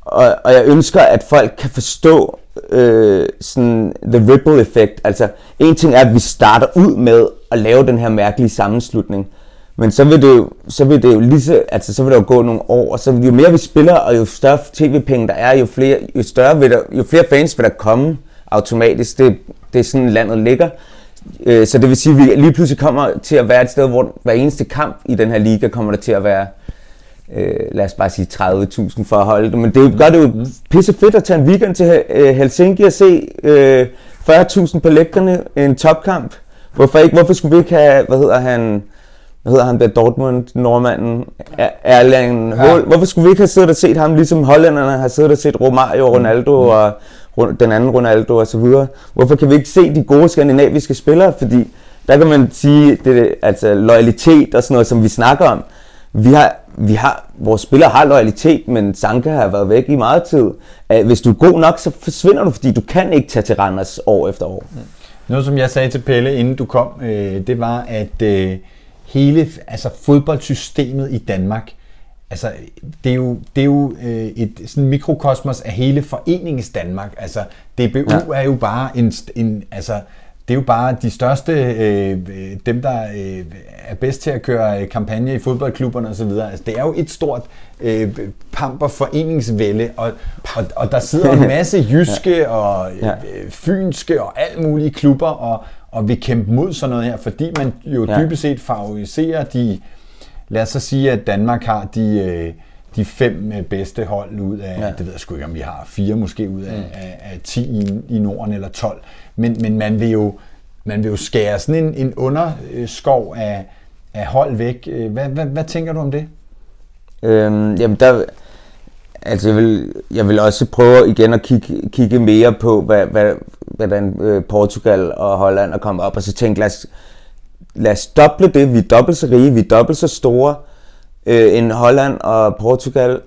og, og jeg ønsker, at folk kan forstå øh, sådan the ripple effect. Altså, en ting er, at vi starter ud med at lave den her mærkelige sammenslutning, men så vil det jo, så vil det jo lige så, altså så vil der jo gå nogle år, og så jo mere vi spiller, og jo større tv-penge der er, jo flere, jo større vil der, jo flere fans vil der komme automatisk. Det, det er sådan landet ligger. Øh, så det vil sige, at vi lige pludselig kommer til at være et sted, hvor hver eneste kamp i den her liga kommer der til at være, øh, lad os bare sige tredive tusind for at holde det. Men det gør det jo pisse fedt at tage en weekend til Helsinki og se øh, fyrre tusind på lægterne, en topkamp. Hvorfor ikke? Hvorfor skulle vi ikke have, hvad hedder han, hvad hedder han der Dortmund, nordmanden, Erling Haaland? Hvorfor skulle vi ikke have siddet og set ham, ligesom hollænderne har siddet og set Romario, Ronaldo og den anden Ronaldo og så videre? Hvorfor kan vi ikke se de gode skandinaviske spillere? Fordi der kan man sige, det, altså loyalitet og sådan noget, som vi snakker om. Vi har, vi har, vores spillere har loyalitet, men Sanka har været væk i meget tid. Hvis du er god nok, så forsvinder du, fordi du kan ikke tage til Randers år efter år. Noget, som jeg sagde til Pelle, inden du kom, øh, det var, at øh, hele altså fodboldsystemet i Danmark, altså det er jo, det er jo øh, et sådan mikrokosmos af hele foreningens Danmark. Altså D B U ja. er jo bare en, en altså det er jo bare de største, øh, dem der øh, er bedst til at køre kampagne i fodboldklubberne osv. Altså det er jo et stort øh, pamper foreningsvælde, og, og, og der sidder en masse jyske og øh, fynske og alt mulige klubber og, og vil kæmpe mod sådan noget her, fordi man jo ja. dybest set favoriserer de, lad os så sige, at Danmark har de, øh, de fem bedste hold ud af, ja. det ved jeg sgu ikke, om vi har fire måske ud af, mm. af, af ti i, i Norden eller tolv. Men, men man vil jo man vil jo skære sådan en, en underskov af, af hold væk. Hvad, hvad, hvad tænker du om det? Øhm, jamen der, altså jeg vil, jeg vil også prøve igen at kigge, kigge mere på, hvad, hvad, hvordan øh, Portugal og Holland er kommet op, og så tænke, lad os, lad os doble det. Vi er dobbelt så rige, vi er dobbelt så store øh, end Holland og Portugal.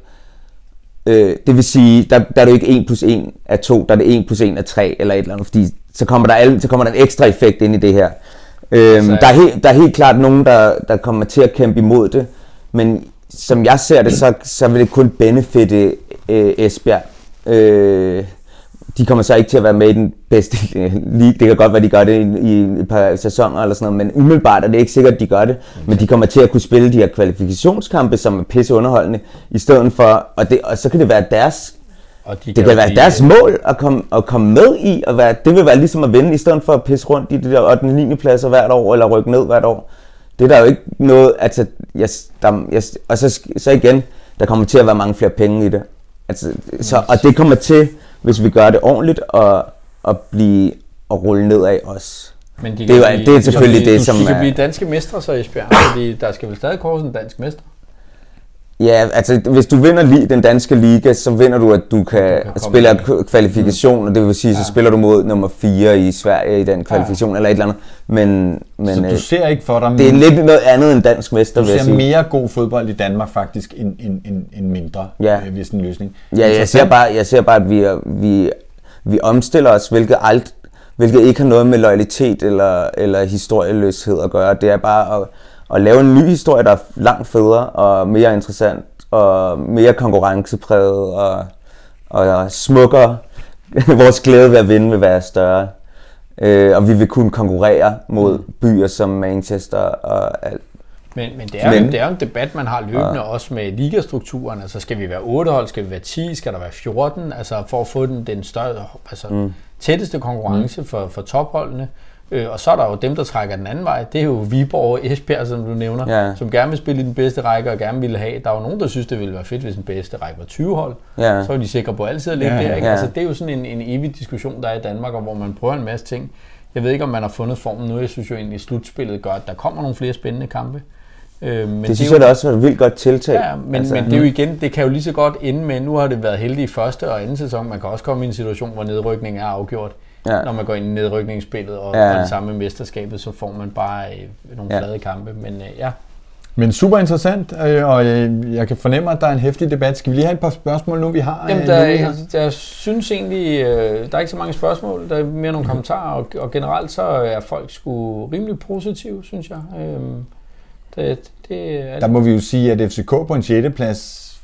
Øh, det vil sige, der, der er det jo ikke en plus en af to, der er det en plus en af tre eller et eller andet, fordi så kommer der, alle, så kommer der en ekstra effekt ind i det her. Øhm, der, er helt, der er helt klart nogen, der, der kommer til at kæmpe imod det, men som jeg ser det, så, så vil det kun benefitte øh, Esbjerg. Øh, de kommer så ikke til at være med i den bedste liga. Det kan godt være, de gør det i, i et par sæsoner eller sådan noget, men umiddelbart er det ikke sikkert, at de gør det. Okay. Men de kommer til at kunne spille de her kvalifikationskampe, som er pisse underholdende, i stedet for, og, det, og så kan det være deres, og de det kan, kan være blive... deres mål at komme, at komme med i, og være, det vil være ligesom at vinde, i stedet for at pisse rundt i de der ottende og niende pladser hvert år, eller rykke ned hvert år. Det er der jo ikke noget, altså, jeg, der, jeg, og så, så igen, der kommer til at være mange flere penge i det. Altså, så, og det kommer til, hvis vi gør det ordentligt, og, og blive og rulle nedad os. Men de det, er, blive, det er selvfølgelig de, det, som de kan blive danske mestre så, Esbjerg, fordi der skal vel stadig kåres en dansk mester? Ja, altså hvis du vinder li- den danske liga, så vinder du, at du kan, du kan spille k- kvalifikation, mm. og det vil sige, så ja. spiller du mod nummer fire i Sverige i den kvalifikation, ja. eller et eller andet. Men, men så du ser ikke for dig... Det er lidt noget andet end dansk mester, du vil jeg sige. Du ser mere god fodbold i Danmark faktisk, end, end, end, end mindre, ja. øh, hvis en løsning. Ja, jeg ser, bare, jeg ser bare, at vi, vi, vi omstiller os, hvilket, alt, hvilket ikke har noget med loyalitet eller, eller historieløshed at gøre. Det er bare at... Og lave en ny historie, der er langt federe og mere interessant og mere konkurrencepræget og, og smukkere. Vores glæde ved at vinde vil være større. Øh, og vi vil kunne konkurrere mod byer som Manchester og alt. Men, men, det, er men jo, det er jo en debat, man har løbende ja. også med ligastrukturen. Altså skal vi være otte hold, skal vi være ti, skal der være fjorten? Altså for at få den, den større, altså mm. tætteste konkurrence mm. for, for topholdene. Øh, og så er der jo dem, der trækker den anden vej. Det er jo Viborg og Esbjerg, som du nævner, ja. som gerne vil spille i den bedste række og gerne vil have. Der er jo nogen, der synes, det ville være fedt, hvis den bedste række var tyve hold. Ja. Så er de sikre på altid at ligge ja, der. Ikke? Ja. Altså, det er jo sådan en, en evig diskussion, der er i Danmark, og hvor man prøver en masse ting. Jeg ved ikke, om man har fundet formen nu. Jeg synes jo egentlig, at slutspillet gør, at der kommer nogle flere spændende kampe. Øh, men det, det synes jeg da også var et vildt godt tiltag. Ja, men, altså, men det er jo igen, det kan jo lige så godt ende med, nu har det været heldigt i første og anden sæson. Man kan også komme i en situation, hvor nedrykningen er afgjort. Ja. Når man går ind i nedrykningsspillet og, ja. og det samme med mesterskabet, så får man bare øh, nogle flade ja. kampe. Men øh, ja. Men super interessant, øh, og øh, jeg kan fornemme, at der er en heftig debat. Skal vi lige have et par spørgsmål nu, vi har? Jamen, der, øh, jeg, jeg synes egentlig, øh, der er ikke så mange spørgsmål. Der er mere nogle kommentarer, og, og generelt så er folk sgu rimelig positive, synes jeg. Øh, det, det er der må vi jo sige, at F C K på en sjette plads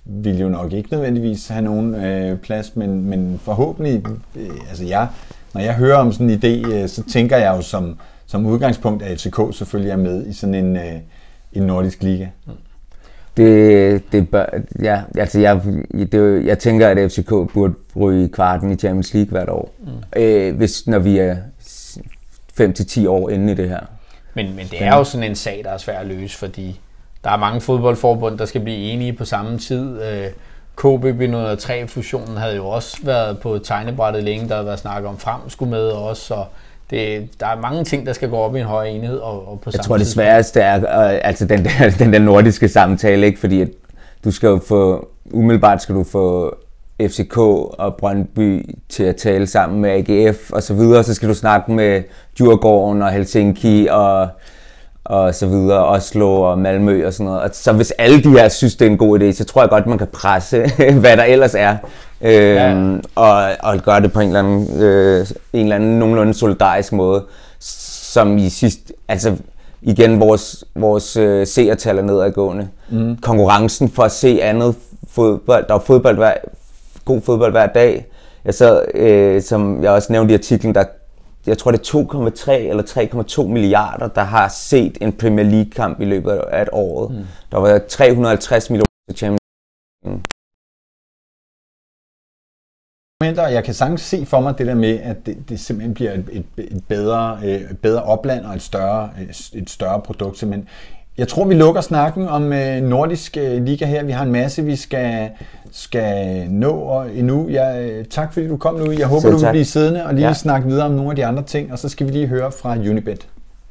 vil jo nok ikke nødvendigvis have nogen øh, plads, men, men forhåbentlig, øh, altså jeg, når jeg hører om sådan en idé, øh, så tænker jeg jo som, som udgangspunkt, at F C K selvfølgelig er med i sådan en, øh, en nordisk liga. Det, det bør, ja, altså jeg, det, jeg tænker, at F C K burde ryge i kvarten i Champions League hvert år, mm. øh, hvis, når vi er fem til ti år inde i det her. Men, men det er jo sådan en sag, der er svær at løse, fordi der er mange fodboldforbund, der skal blive enige på samme tid. K B B et nul tre-fusionen havde jo også været på tegnebrættet længe, der har været snakket om frem skulle med også, og det, der er mange ting, der skal gå op i en højere enhed og, og på samme Jeg tror, det tid. sværeste er øh, altså den der, den der nordiske samtale, ikke? Fordi at du skal jo få, umiddelbart skal du få F C K og Brøndby til at tale sammen med A G F og så videre, så skal du snakke med Djurgården og Helsinki og og så videre, Oslo og Malmø og sådan noget. Og så hvis alle de her synes, det er en god idé, så tror jeg godt, man kan presse, hvad der ellers er. Øhm, ja. og, og gøre det på en eller anden, øh, en eller anden nogenlunde solidarisk måde, som i sidst, altså igen, vores, vores øh, seertal er nedadgående. Mm. Konkurrencen for at se andet fodbold, der er fodbold hver, god fodbold hver dag. Jeg så, øh, som jeg også nævnte i artiklen, der jeg tror det er to komma tre eller tre komma to milliarder, der har set en Premier League-kamp i løbet af et år. Mm. Der var tre hundrede og halvtreds millioner til Champions League. Jeg kan sagtens se for mig det der med, at det, det simpelthen bliver et, et, et bedre, øh, bedre opland og et større, et større produkt. Simpelthen. Jeg tror, vi lukker snakken om øh, nordisk øh, liga her. Vi har en masse, vi skal, skal nå og endnu. Jeg, øh, tak fordi du kom nu. Jeg håber, du vil blive siddende og lige ja. snakke videre om nogle af de andre ting. Og så skal vi lige høre fra Unibet.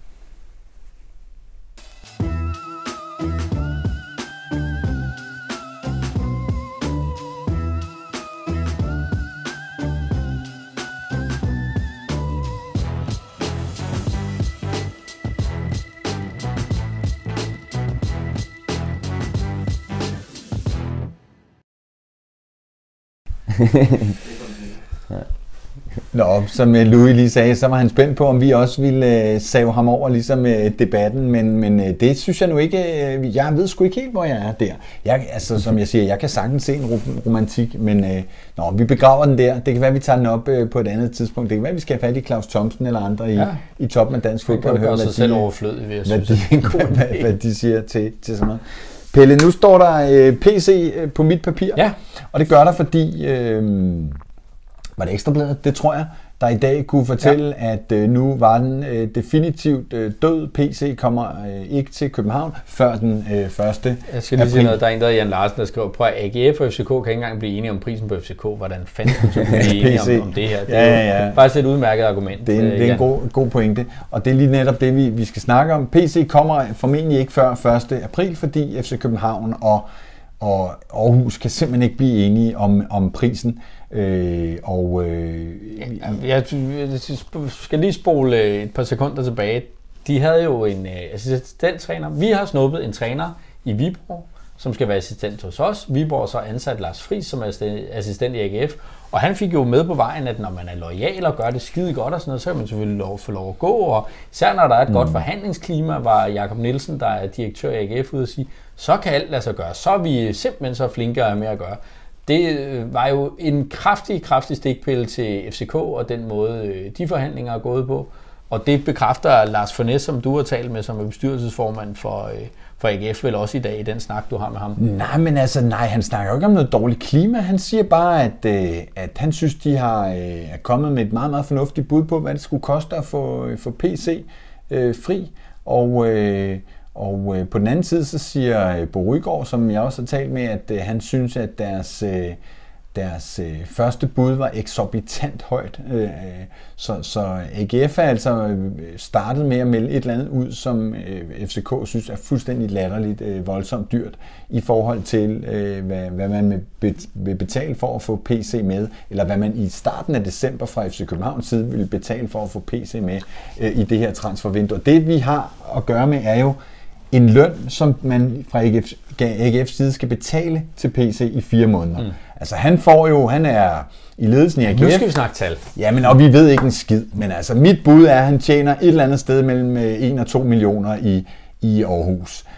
Nå, som Louis lige sagde, så var han spændt på, om vi også ville uh, save ham over ligesom uh, debatten, men, men uh, det synes jeg nu ikke, uh, jeg ved sgu ikke helt, hvor jeg er der. Jeg, altså, som jeg siger, jeg kan sagtens se en romantik, men uh, nå, vi begraver den der. Det kan være, vi tager den op uh, på et andet tidspunkt. Det kan være, vi skal have fat i Claus Thomsen eller andre i, ja. i toppen af dansk fodbold og høre, hvad, de, hvad, de, hvad, hvad de siger til, til sådan noget. Pelle, nu står der uh, P C uh, på mit papir, ja. og det gør der, fordi... Uh, var det Ekstrabladet? Det tror jeg, der i dag kunne fortælle, ja. at øh, nu var den øh, definitivt øh, død. P C kommer øh, ikke til København før den øh, første Jeg skal lige sige noget. Der er en, der er Jan Larsen, der skriver, prøv at A G F og F C K kan ikke engang blive enige om prisen på F C K. Hvordan fanden skulle blive enige om, om det her? Det er ja, ja, ja. faktisk et udmærket argument. Det er en, det er en god, god pointe. Og det er lige netop det, vi, vi skal snakke om. P C kommer formentlig ikke før første april, fordi F C København og, og Aarhus kan simpelthen ikke blive enige om, om prisen. Øh, og øh, jeg, jeg skal lige spole et par sekunder tilbage. De havde jo en assistenttræner. Vi har snuppet en træner i Viborg, som skal være assistent hos os. Viborg så ansat Lars Friis som assistent i A G F. Og han fik jo med på vejen, at når man er loyal og gør det skide godt og sådan noget, så kan man selvfølgelig lov, få lov at gå. Og især når der er et mm. godt forhandlingsklima, var Jakob Nielsen, der er direktør i A G F, ude at sige, så kan alt lade sig gøre. Så er vi simpelthen så flinkere med at gøre. Det var jo en kraftig, kraftig stikpille til F C K og den måde, de forhandlinger er gået på. Og det bekræfter Lars Fornes, som du har talt med, som er bestyrelsesformand for, for A G F, vel også i dag i den snak, du har med ham. Nej, men altså, nej, han snakker jo ikke om noget dårligt klima. Han siger bare, at, at han synes, de har er kommet med et meget, meget fornuftigt bud på, hvad det skulle koste at få, få P C øh, fri. Og... Øh, Og øh, på den anden side, så siger øh, Bo Rygaard, som jeg også har talt med, at øh, han synes, at deres, øh, deres øh, første bud var eksorbitant højt. Øh, så, så A G F er altså startet med at melde et eller andet ud, som øh, F C K synes er fuldstændig latterligt øh, voldsomt dyrt i forhold til, øh, hvad, hvad man vil betale for at få P C med, eller hvad man i starten af december fra F C Københavns side vil betale for at få P C med øh, i det her transfervindue. Det vi har at gøre med er jo en løn, som man fra A G F's side skal betale til P C i fire måneder. Mm. Altså han får jo, han er i ledelsen i A G F. Nu skal vi snakke tal. Jamen, og vi ved ikke en skid. Men altså mit bud er, at han tjener et eller andet sted mellem en og to millioner i, i Aarhus.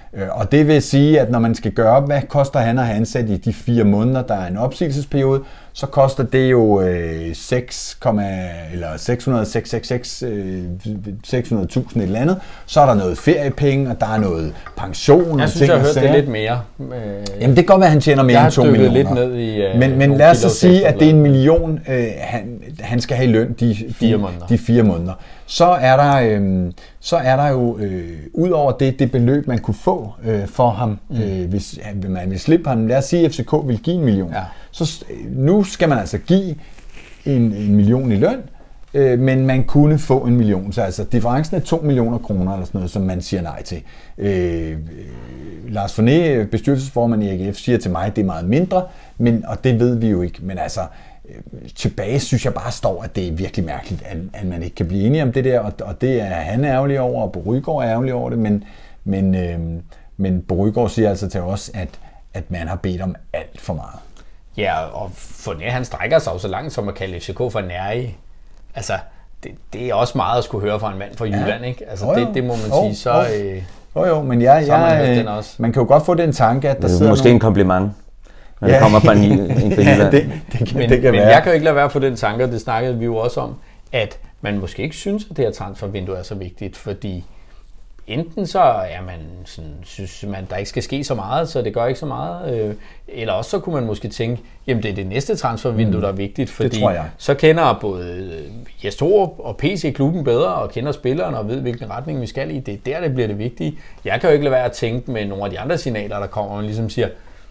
Og det vil sige, at når man skal gøre op, hvad koster han at have ansat i de fire måneder, der er en opsigelsesperiode, så koster det jo øh, seks eller seks hundrede seks hundrede seksoghalvtreds øh, seks hundrede tusind et eller andet. Så er der noget feriepenge, og der er noget pension. Jeg synes, jeg har hørt det lidt mere. Jamen det kan godt være, at han tjener mere end to millioner. Lidt ned i, uh, men men lad os så sige, at det er en million, øh, han, han skal have i løn de fire måneder. De fire måneder. Så er der, øh, så er der jo øh, ud over det, det beløb, man kunne få øh, for ham, mm. øh, hvis man vil slippe ham. Lad os sige, at F C K vil give en million. Ja. Så nu skal man altså give en, en million i løn, øh, men man kunne få en million. Så altså differencen er to millioner kroner eller sådan noget, som man siger nej til. Øh, øh, Lars Forné, bestyrelsesformand i A G F, siger til mig, at det er meget mindre, men, og det ved vi jo ikke. Men altså, øh, tilbage synes jeg bare står, at det er virkelig mærkeligt, at, at man ikke kan blive enige om det der, og, og det er han ærgerlig over, og Bo Rygaard er ærgerlig over det, men, men, øh, men Bo Rygaard siger altså til os, at, at man har bedt om alt for meget. Ja, og Forné, han strækker sig jo så langt som at kalde F C K for nærig. Altså, det, det er også meget at skulle høre fra en mand fra Jylland, ja. Ikke? Altså, oh, det, det må man oh, sige, så... Oh. Øh, jo jo, men jeg, jeg, man, man kan jo godt få den tanke, at der sidder måske nogle... en kompliment, når ja. det kommer fra en, en fra ja, det, det, kan, men, det kan men være. jeg kan jo ikke lade være for den tanke, og det snakkede vi jo også om, at man måske ikke synes, at det her transfervindue er så vigtigt, fordi enten så er man sådan, synes man, der ikke skal ske så meget, så det gør ikke så meget, øh, eller også så kunne man måske tænke, jamen det er det næste transfervindue, der er vigtigt, fordi så kender både Jes Torup og P C klubben bedre, og kender spillerne og ved, hvilken retning vi skal i. Det er der, det bliver det vigtige. Jeg kan jo ikke lade være at tænke med nogle af de andre signaler, der kommer, og man ligesom siger,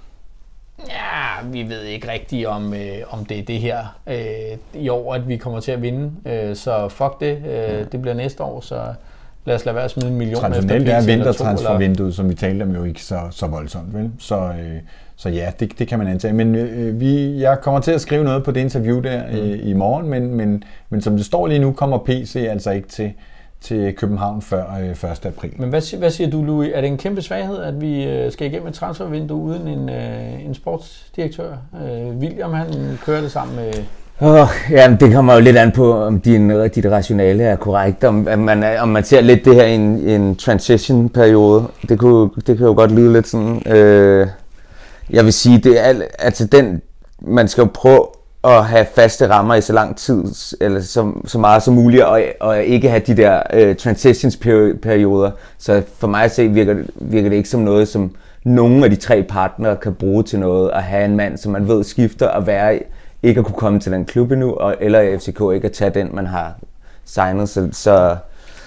ja, vi ved ikke rigtigt, om, øh, om det er det her øh, i år, at vi kommer til at vinde, øh, så fuck det, øh, det bliver næste år, så lad os lade være at smide en million efter Traditionelt er vintertransfervinduet, som vi talte om, jo ikke så, så voldsomt, vel? Så, øh, så ja, det, det kan man antage. Men øh, vi, jeg kommer til at skrive noget på det interview der mm. øh, i morgen, men, men, men som det står lige nu, kommer P C altså ikke til, til København før øh, første april. Men hvad, hvad siger du, Louis? Er det en kæmpe svaghed, at vi øh, skal igennem et transfervindue uden en, øh, en sportsdirektør? Øh, William, han kører det sammen med... Oh, ja, det kommer jo lidt an på, om din, dit rationale er korrekt, om man, om man ser lidt det her i en, en transition-periode. Det, kunne, det kan jo godt lyde lidt sådan. Øh, jeg vil sige, det er altså den, man skal jo prøve at have faste rammer i så lang tid, eller så, så meget som muligt, og, og ikke have de der øh, transitions-perioder. Så for mig at se, virker, virker det ikke som noget, som nogen af de tre partnere kan bruge til noget, at have en mand, som man ved skifter og være ikke at kunne komme til den klub endnu, og, eller F C K ikke at tage den, man har signet. Så, så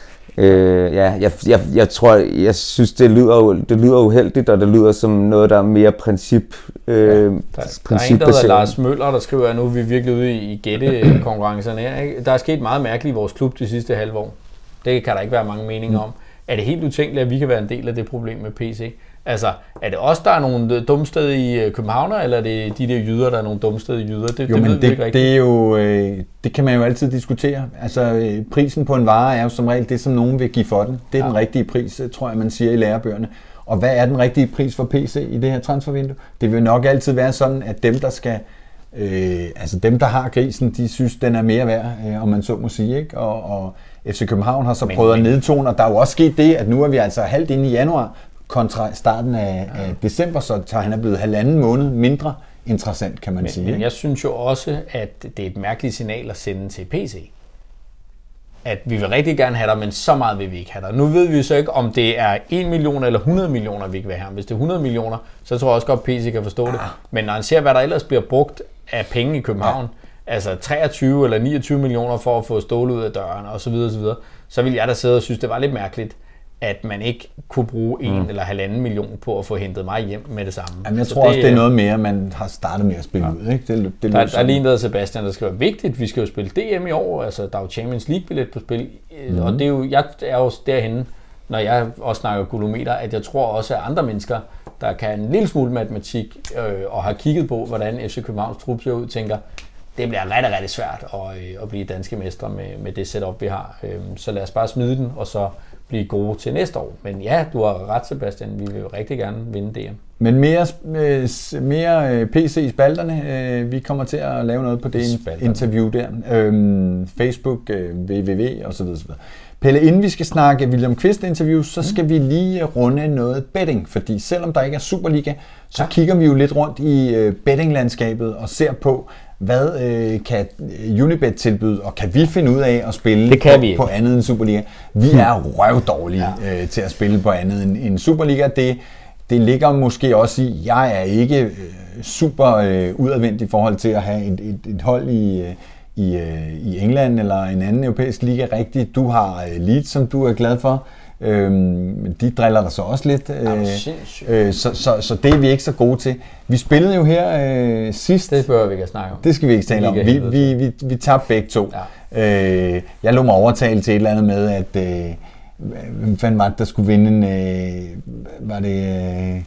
øh, ja, jeg, jeg, jeg tror, jeg synes, det lyder, det lyder uheldigt, og det lyder som noget, der er mere princip. Øh, ja, der, der er en, der hedder Lars Møller, der skriver, at nu er vi virkelig ude i gættekonkurrencerne her. Ikke? Der er sket meget mærkeligt i vores klub de sidste halve år. Det kan der ikke være mange meninger om. Er det helt utænkeligt, at vi kan være en del af det problem med P C? Altså, er det os, der er nogle dumme steder i København, eller er det de der jyder, der er nogle dumme steder i jyder? Det, jo, det men ved vi det, ikke rigtigt. Det er jo, øh, det kan man jo altid diskutere. Altså, prisen på en vare er jo som regel det, som nogen vil give for den. Det er ja. Den rigtige pris, tror jeg, man siger i lærebøgerne. Og hvad er den rigtige pris for P C i det her transfervindue? Det vil nok altid være sådan, at dem, der skal, øh, altså dem, der har grisen, de synes, den er mere værd, øh, om man så må sige, ikke? Og, og F C København har så men, prøvet at nedtone, og der er jo også sket det, at nu er vi altså halvt inde i januar, kontra starten af, ja. af december, så tager han er blevet halvanden måned mindre interessant, kan man men, sige. Men ikke? jeg synes jo også, at det er et mærkeligt signal at sende til P C. At vi vil rigtig gerne have dig, men så meget vil vi ikke have dig. Nu ved vi jo så ikke, om det er en million eller hundrede millioner, vi ikke vil have ham. Hvis det er hundrede millioner, så tror jeg også godt, P C kan forstå ja. det. Men når han ser, hvad der ellers bliver brugt af penge i København, ja. altså treogtyve eller niogtyve millioner for at få Ståle ud af døren osv., osv., så vil jeg da sidde og synes, det var lidt mærkeligt, at man ikke kunne bruge en mm. eller halvanden million på at få hentet mig hjem med det samme. Jamen, jeg så tror det, også, det er noget mere, man har startet med at spille ja. ud. Ikke? Det, det der, der er lige noget, Sebastian, der skal være vigtigt. Vi skal jo spille D M i år, altså der er jo Champions League-billet på spil, mm. og det er jo, jeg er jo derhenne, når jeg også snakker golometer, at jeg tror også, at andre mennesker, der kan en lille smule matematik øh, og har kigget på, hvordan F C Københavns trup ser ud, tænker, det bliver rigtig, rigtig svært at, øh, at blive danske mestre med, med det setup, vi har. Øh, så lad os bare smide den, og så blive gode til næste år. Men ja, du har ret, Sebastian. Vi vil jo rigtig gerne vinde D M. Men mere, mere P C i spalterne. Vi kommer til at lave noget på det spalterne. Interview der. Øhm, Facebook, W W W og så videre. Pelle, inden vi skal snakke William Kvist interview, så skal vi lige runde noget betting, fordi selvom der ikke er Superliga, så ja. kigger vi jo lidt rundt i øh, bettinglandskabet og ser på, hvad øh, kan Unibet tilbyde, og kan vi finde ud af at spille det kan på, vi på andet end Superliga? Vi er røvdårlige ja. øh, til at spille på andet end, end Superliga. Det, det ligger måske også i, jeg er ikke øh, super øh, udadvendt i forhold til at have et, et, et hold i, øh, i, øh, i England eller en anden europæisk liga rigtigt. Du har øh, Leeds, som du er glad for. Øhm, de driller der så også lidt, øh, øh, så, så, så det er vi ikke så gode til. Vi spillede jo her øh, sidst. Det bør vi ikke snakke om. Det skal vi ikke tale om. Vi, vi, vi, vi tabte begge to. Ja. Øh, jeg lå mig overtale til et eller andet med, at øh, hvem fanden var det, der skulle vinde en... Øh, var det øh,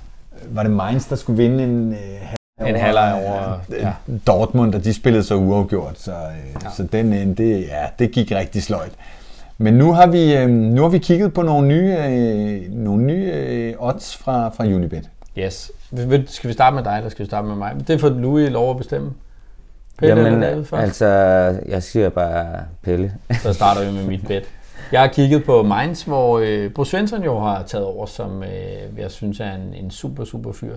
var det Mainz, der skulle vinde en... Øh, en halvleg over ja. Dortmund, og de spillede så uafgjort, så, øh, ja. så den, det, ja, det gik rigtig sløjt. Men nu har vi øh, nu har vi kigget på nogle nye øh, nogle nye øh, odds fra fra Unibet. Yes. Skal vi starte med dig, eller skal vi starte med mig? Det får Louis lov at bestemme. Pelle Jamen, eller først? altså, jeg siger bare Pelle. Så starter vi med mit bet. Jeg har kigget på Mainz, hvor øh, Bo Svensson jo har taget over, som øh, jeg synes er en, en super, super fyr.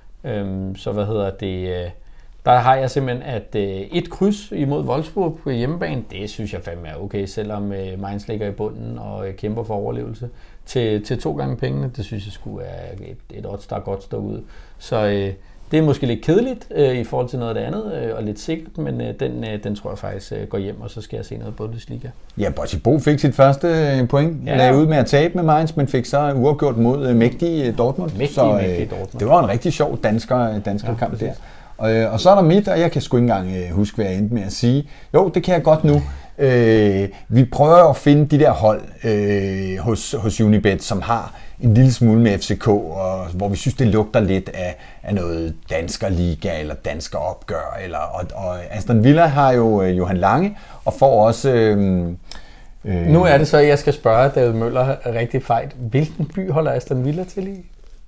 Øhm, så hvad hedder det... Øh, der har jeg simpelthen, at øh, et kryds imod Wolfsburg på hjemmebane, det synes jeg fandme er okay, selvom øh, Mainz ligger i bunden og øh, kæmper for overlevelse. Til, til to gange pengene, det synes jeg skulle er et, et odds, der godt står ud. Så øh, det er måske lidt kedeligt øh, i forhold til noget af det andet, øh, og lidt sikkert, men øh, den, øh, den tror jeg faktisk øh, går hjem, og så skal jeg se noget Bundesliga. Ja, Bochibo fik sit første point, ja. lagde ud med at tabe med Mainz, men fik så uafgjort mod øh, mægtige Dortmund. Mægtige, så, øh, mægtige Dortmund. Det var en rigtig sjov dansker, dansker ja, kamp der. Og, og så er der mit, og jeg kan sgu ikke engang øh, huske, hvad jeg endte med at sige. Jo, det kan jeg godt nu. Øh, vi prøver at finde de der hold øh, hos, hos Unibet, som har en lille smule med F C K, og hvor vi synes, det lugter lidt af, af noget danskerliga eller dansker opgør. Eller, og, og Aston Villa har jo øh, Johan Lange, og får også... Øh, øh, nu er det så, at jeg skal spørge David Møller rigtig fejt. Hvilken by holder Aston Villa til i?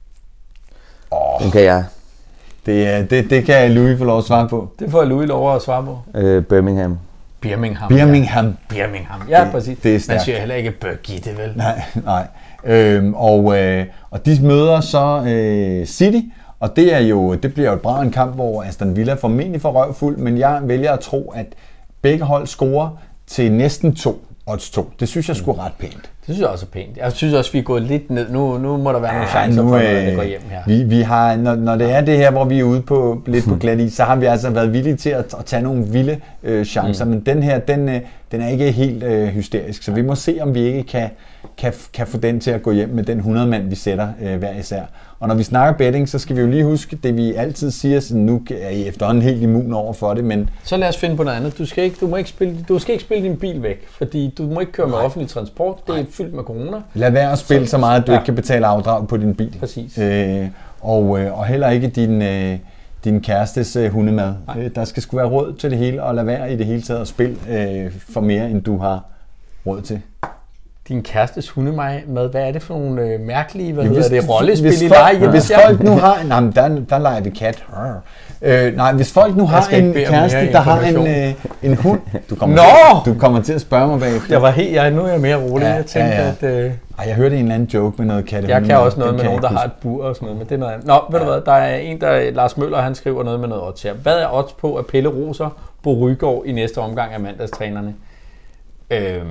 Åh, den kan jeg. Det, det, det kan Louis få lov at svare på. Det får Louis lov at svare på. Øh, Birmingham. Birmingham. Birmingham. Ja. Birmingham. Ja, det, præcis. Det er stærkt. Man siger heller ikke Birgitte, vel? Nej, nej. Øhm, og, øh, og de møder så øh, City, og det er jo det bliver jo et bra en kamp, hvor Aston Villa formentlig får røvfuld, men jeg vælger at tro, at begge hold scorer til næsten to. Odds to. Det synes jeg sgu ret pænt. Det synes jeg også er pænt. Jeg synes også, vi er gået lidt ned. Nu, nu må der være nogle ja, chancer nu, for, at det går hjem her. Vi, vi har, når, når det er det her, hvor vi er ude på lidt på glat is, så har vi altså været villige til at, at tage nogle vilde øh, chancer. Mm. Men den her, den, øh, den er ikke helt øh, hysterisk. Så vi må se, om vi ikke kan, kan, kan få den til at gå hjem med den hundrede mand, vi sætter øh, hver især. Og når vi snakker betting, så skal vi jo lige huske det, vi altid siger, så nu er I efterhånden helt immun over for det, men... Så lad os finde på noget andet. Du skal ikke, du må ikke, spille, du skal ikke spille din bil væk, fordi du må ikke køre med Nej. offentlig transport. Det er Nej. fyldt med corona. Lad være at spille så, så meget, at du ja. ikke kan betale afdrag på din bil. Præcis. Øh, og, øh, og heller ikke din, øh, din kærestes øh, hundemad. Øh, der skal sgu være råd til det hele, og lad være i det hele taget at spille øh, for mere, end du har råd til. Din kærestes hundemad, hvad er det for nogle øh, mærkelige, hvad ja, hedder hvis, det, rollespil hvis i folk, leje? Hvis folk nu har, nej, der, der leger vi kat. Øh, nej, hvis folk nu har en kæreste, der har en, øh, en hund, du kommer, til, du kommer til at spørge mig bagefter. Jeg var helt, jeg, nu er jeg mere rolig, ja, jeg tænkte, ja, ja. at... Øh, Ej, jeg hørte en eller anden joke med noget katte. Jeg kan også noget med nogen, der har et bur og sådan noget, men det er noget andet. Nå, ved ja. du hvad, der er en, der Lars Møller, han skriver noget med noget odds her. Hvad er odds på, at Pelle roser Bo Rygaard i næste omgang af mandagstrænerne? Øhm...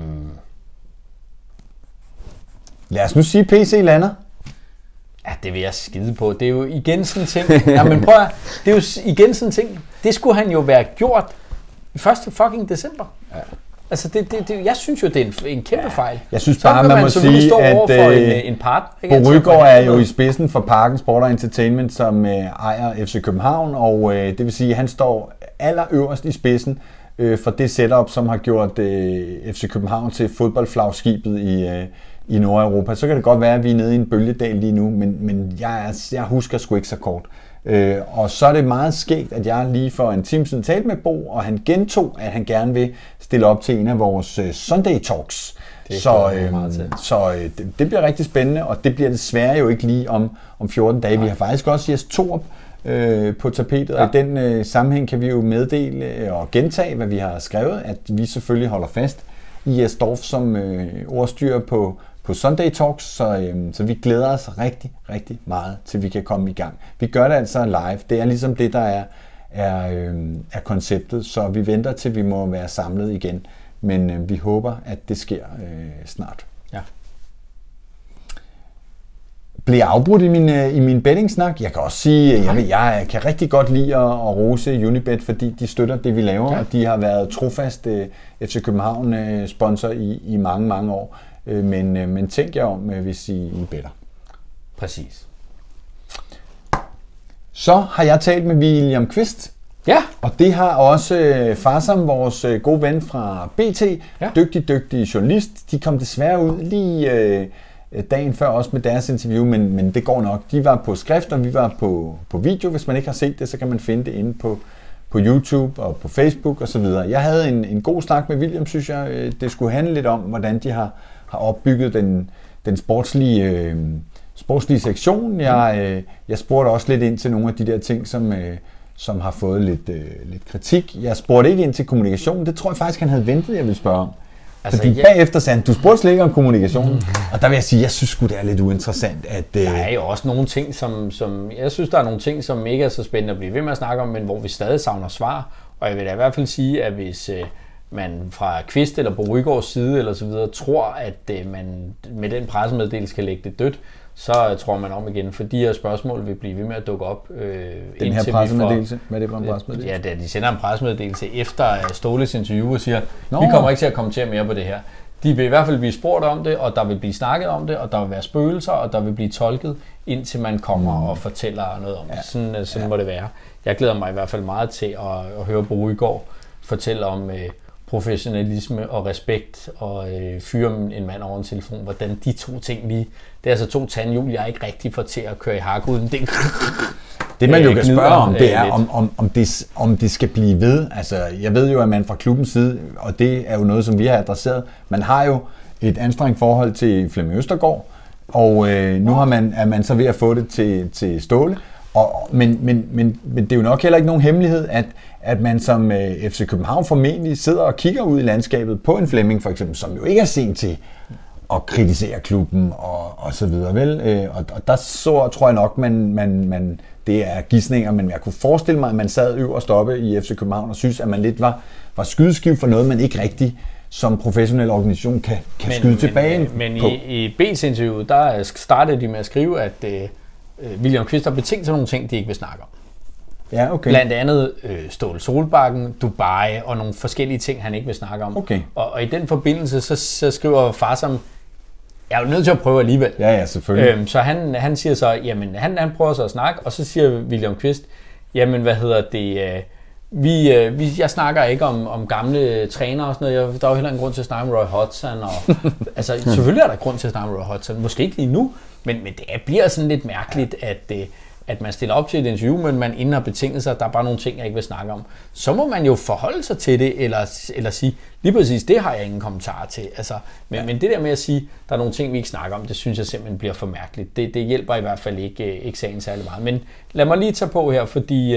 Lad os nu sige, P C lander. Ja, det vil jeg skide på. Det er jo igen sådan en ting. Ja, men prøv at, det er jo igen sådan en ting. Det skulle han jo være gjort første fucking december. Ja. Altså, det, det, det, jeg synes jo, det er en, en kæmpe fejl. Jeg synes bare, man, man må sige, at en, en part, Bo Rygaard er jo i spidsen for Parken Sport og Entertainment, som øh, ejer F C København, og øh, det vil sige, at han står allerøverst i spidsen øh, for det setup, som har gjort øh, F C København til fodboldflagskibet i øh, i Nordeuropa. Så kan det godt være, at vi er nede i en bølgedal lige nu, men, men jeg, er, jeg husker sgu ikke så kort. Øh, og så er det meget skægt, at jeg lige for en time siden talte med Bo, og han gentog, at han gerne vil stille op til en af vores uh, Sunday Talks. Så, øh, så øh, det, det bliver rigtig spændende, og det bliver desværre jo ikke lige om, om fjorten dage. Nej. Vi har faktisk også Jes Torup øh, på tapetet, ja. Og i den øh, sammenhæng kan vi jo meddele og gentage, hvad vi har skrevet, at vi selvfølgelig holder fast I S Dorf som øh, ordstyrer på, på Sunday Talks, så, øh, så vi glæder os rigtig, rigtig meget til vi kan komme i gang. Vi gør det altså live. Det er ligesom det, der er, er, øh, er konceptet, så vi venter til vi må være samlet igen. Men øh, vi håber, at det sker øh, snart. Ja. Blev jeg afbrudt i min, i min bettingsnak? Jeg kan også sige, at jeg, jeg kan rigtig godt lide at, at rose Unibet, fordi de støtter det, vi laver, ja. Og de har været trofast F C København-sponsor i, i mange, mange år. Men, men tænk jer om, hvis I, I better. Præcis. Så har jeg talt med William Kvist. Ja. Og det har også Farsam, vores gode ven fra B T, ja. dygtig, dygtig journalist. De kom desværre ud lige øh, dagen før også med deres interview, men, men det går nok. De var på skrift, og vi var på, på video. Hvis man ikke har set det, så kan man finde det inde på, på YouTube og på Facebook og så videre. Jeg havde en, en god snak med William, synes jeg. Det skulle handle lidt om, hvordan de har, har opbygget den, den sportslige, øh, sportslige sektion. Jeg, øh, jeg spurgte også lidt ind til nogle af de der ting, som... Øh, som har fået lidt, øh, lidt kritik. Jeg spurgte ikke ind til kommunikation. Det tror jeg faktisk, han havde ventet, jeg ville spørge om. Altså, Fordi jeg... bagefter sagde han, du spurgte slet ikke om kommunikation. Mm. Og der vil jeg sige, jeg synes sgu, det er lidt uinteressant. At, øh... Der er jo også nogle ting, som, som... Jeg synes, der er nogle ting, som ikke er så spændende at blive ved med at snakke om, men hvor vi stadig savner svar. Og jeg vil da i hvert fald sige, at hvis øh, man fra Kvist eller på Rygaards side eller så videre, tror, at øh, man med den pressemeddelelse kan lægge det dødt, så tror man om igen, for de her spørgsmål vil blive ved med at dukke op. Øh, den her pressemeddelelse? Hvad er det for en pressemeddelelse? Ja, det, de sender en pressemeddelelse efter Ståles interview og siger, Nå. vi kommer ikke til at kommentere mere på det her. De vil i hvert fald blive spurgt om det, og der vil blive snakket om det, og der vil være spøgelser, og der vil blive tolket, indtil man kommer mm. og fortæller noget om ja. det. Sådan, sådan ja. må det være. Jeg glæder mig i hvert fald meget til at, at høre på Rygaard fortælle om øh, professionalisme og respekt og øh, fyre en mand over en telefon, hvordan de to ting lige, det er altså to tandhjul, jeg ikke rigtig får til at køre i hak uden det. Det man jo kan spørge om, det er, om, om, om, det, om det skal blive ved. Altså, jeg ved jo, at man fra klubbens side, og det er jo noget, som vi har adresseret, man har jo et anstrengt forhold til Flemming Østergaard, og øh, nu har man, er man så ved at få det til, til Ståle. Og, men, men, men, men det er jo nok heller ikke nogen hemmelighed, at, at man som øh, F C København formentlig sidder og kigger ud i landskabet på en Flemming for eksempel, som jo ikke er sent til at kritisere klubben og, og så videre, vel? Øh, og, og der så tror jeg nok, man, man, man, det er gidsninger, men jeg kunne forestille mig, at man sad øverst oppe i F C København og synes, at man lidt var, var skydeskiv for noget, man ikke rigtig som professionel organisation kan, kan men, skyde tilbage men, men på. Men i, i B's interview, der startede de med at skrive, at øh, William Kvist har betinget sig nogle ting, de ikke vil snakke om. Ja, okay. Blandt andet øh, Ståle Solbakken, Dubai og nogle forskellige ting, han ikke vil snakke om. Okay. Og, og i den forbindelse, så, så skriver Farsam, jeg er jo nødt til at prøve alligevel. Ja, ja, selvfølgelig. Øhm, så han, han siger så, jamen han, han prøver så at snakke, og så siger William Kvist, jamen hvad hedder det, øh, vi, øh, vi, jeg snakker ikke om, om gamle trænere og sådan noget, jeg, der er jo heller en grund til at snakke om Roy Hodgson, og altså selvfølgelig er der grund til at snakke om Roy Hodgson, måske ikke lige nu, men, men det bliver sådan lidt mærkeligt, at, øh, at man stiller op til et interview, men man inden har betinget sig, at der er bare nogle ting, jeg ikke vil snakke om. Så må man jo forholde sig til det, eller, eller sige, lige præcis, det har jeg ingen kommentar til. Altså, men, ja. men det der med at sige, der er nogle ting, vi ikke snakker om, det synes jeg simpelthen bliver for mærkeligt. Det, det hjælper i hvert fald ikke, ikke sagen særlig meget. Men lad mig lige tage på her, fordi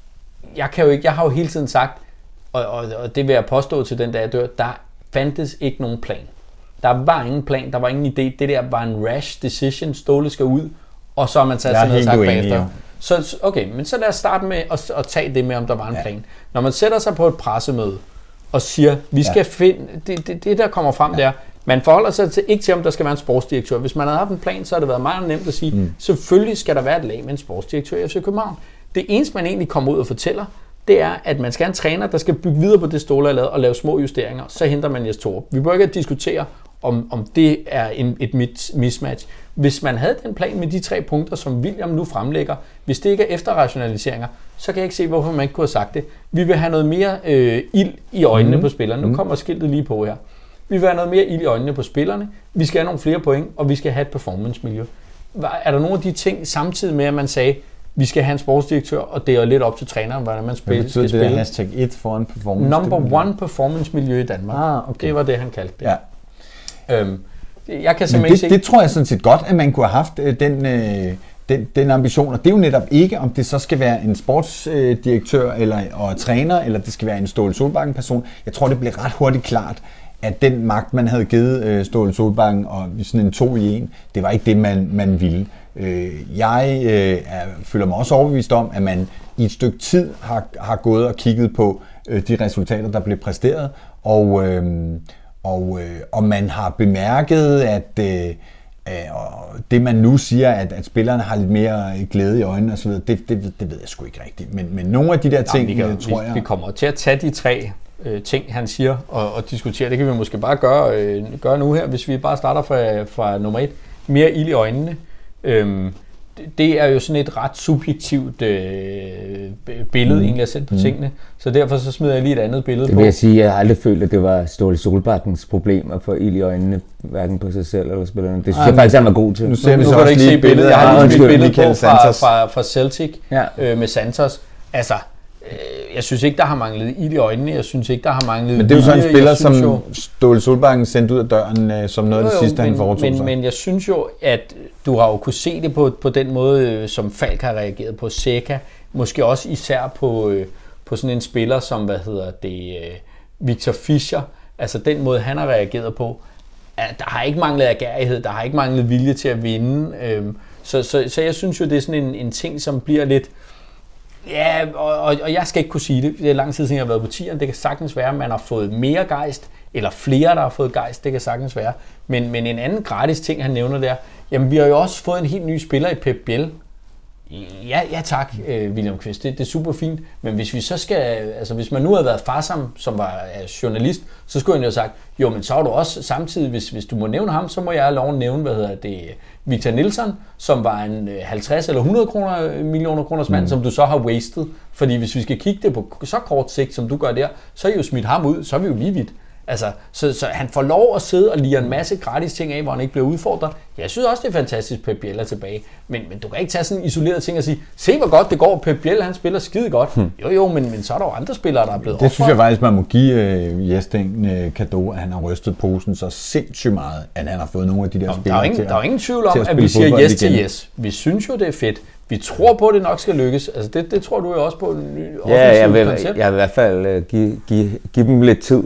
jeg, kan jo ikke, jeg har jo hele tiden sagt, og, og, og det vil jeg påstå til den dag jeg dør, der fandtes ikke nogen plan. Der var ingen plan, der var ingen idé. Det der var en rash decision, Ståle skal ud, og så har man taget sig ned og sagt bagefter. Så, okay, men så lad os starte med at, at tage det med, om der var en ja. plan. Når man sætter sig på et pressemøde og siger, vi skal ja. finde, det, det, det der kommer frem ja. der, man forholder sig til, ikke til, om der skal være en sportsdirektør. Hvis man havde haft en plan, så har det været meget nemt at sige, mm. selvfølgelig skal der være et lag med en sportsdirektør i F C København. Det eneste, man egentlig kommer ud og fortæller, det er, at man skal have en træner, der skal bygge videre på det Ståle har lavet og lave små justeringer. Så henter man Jes Torup. Vi bør ikke diskutere, om, om det er en, et mismatch. Hvis man havde den plan med de tre punkter, som William nu fremlægger, hvis det ikke er efterrationaliseringer, så kan jeg ikke se, hvorfor man ikke kunne have sagt det. Vi vil have noget mere øh, ild i øjnene mm. på spillerne. Nu kommer skiltet lige på her. Vi vil have noget mere ild i øjnene på spillerne. Vi skal have nogle flere point, og vi skal have et performance-miljø. Er der nogle af de ting, samtidig med, at man sagde, vi skal have en sportsdirektør, og det er lidt op til træneren, hvordan man spiller, skal spille. Hvad betyder det hashtag et foran performance? Number one performance-miljø i Danmark. Ah, okay. Det var det, han kaldte det. Ja. Øhm, jeg kan simpelthen det, ikke det tror jeg sådan set godt, at man kunne have haft øh, den, øh, den, den ambition, og det er jo netop ikke, om det så skal være en sportsdirektør øh, eller og træner, eller det skal være en Ståle Solbakken person. Jeg tror, det bliver ret hurtigt klart, at den magt, man havde givet øh, Ståle Solbakken og sådan en to i en, det var ikke det, man, man ville. Øh, jeg øh, er, føler mig også overbevist om, at man i et stykke tid har, har gået og kigget på øh, de resultater, der blev præsteret, og, øh, og, øh, og man har bemærket, at øh, og det man nu siger, at, at spillerne har lidt mere glæde i øjnene og så videre, det, det, det ved jeg sgu ikke rigtigt. Men, men nogle af de der ting, Jamen, vi kan, tror vi, jeg... Vi kommer til at tage de tre øh, ting, han siger, og, og diskutere. Det kan vi måske bare gøre, øh, gøre nu her, hvis vi bare starter fra, fra nummer et. Mere ild i øjnene. Øhm, det er jo sådan et ret subjektivt øh, billede, mm. egentlig at sætte på mm. tingene. Så derfor så smider jeg lige et andet billede på. Det vil jeg sige, jeg har aldrig følt, at det var Ståle Solbakkens problem at få ild i øjnene, hverken på sig selv eller spillerne. Det synes Ej, jeg faktisk, han var god til. Nu ser vi så også lige et billede. Jeg har lige et billede på fra, fra, fra Celtic ja. øh, med Santos. Altså, øh, jeg synes ikke, der har manglet ild i øjnene. Jeg synes ikke, der har manglet... Men det er jo sådan en spiller, som jo, Ståle Solbakken sendte ud af døren øh, som noget af det sidste, men, han foretog men, sig. Men jeg synes jo, at du har jo kunne se det på, på den måde, som Falk har reageret på, Zeca. Måske også især på, øh, på sådan en spiller som, hvad hedder det, øh, Victor Fischer. Altså den måde, han har reageret på. At der har ikke manglet agerighed, der har ikke manglet vilje til at vinde. Øh, så, så, så jeg synes jo, det er sådan en, en ting, som bliver lidt... Ja, og, og, og jeg skal ikke kunne sige det. Det er lang tid siden, jeg har været på tieren. Det kan sagtens være, at man har fået mere gejst, eller flere, der har fået gejst. Det kan sagtens være. Men, men en anden gratis ting, han nævner der, jamen vi har jo også fået en helt ny spiller i Pep Biel. Ja, ja tak, William Kvist. Det, det er super fint. Men hvis vi så skal, altså hvis man nu havde været far sammen, som var journalist, så skulle han jo have sagt, jo, men så har du også samtidig, hvis, hvis du må nævne ham, så må jeg have lov at nævne, hvad hedder det, Victor Nilsson, som var en halvtreds eller hundrede kroner, millioner kroners mand, mm. som du så har wasted. Fordi hvis vi skal kigge det på så kort sigt, som du gør der, så er I jo smidt ham ud, så er vi jo lige vidt. Altså, så, så han får lov at sidde og lire en masse gratis ting af, hvor han ikke bliver udfordret. Jeg synes også, det er fantastisk, Pep Biel er tilbage. Men, men du kan ikke tage sådan en isoleret ting og sige, se hvor godt det går, Pep Biel, han spiller skide godt. Hmm. Jo jo, men, men så er der jo andre spillere, der er blevet Det offret. synes jeg faktisk, man må give uh, Jesting uh, cadeau, at han har rystet posen så sindssygt meget, at han har fået nogle af de der Nå, spillere der er ingen, til at, der er ingen tvivl om, at, at vi siger yes til yes. Vi synes jo, det er fedt. Vi tror på, at det nok skal lykkes. Altså det, det tror du jo også på en ny offensiv ja, jeg vil, koncept. jeg vil i hvert fald uh, give, give, give dem lidt tid.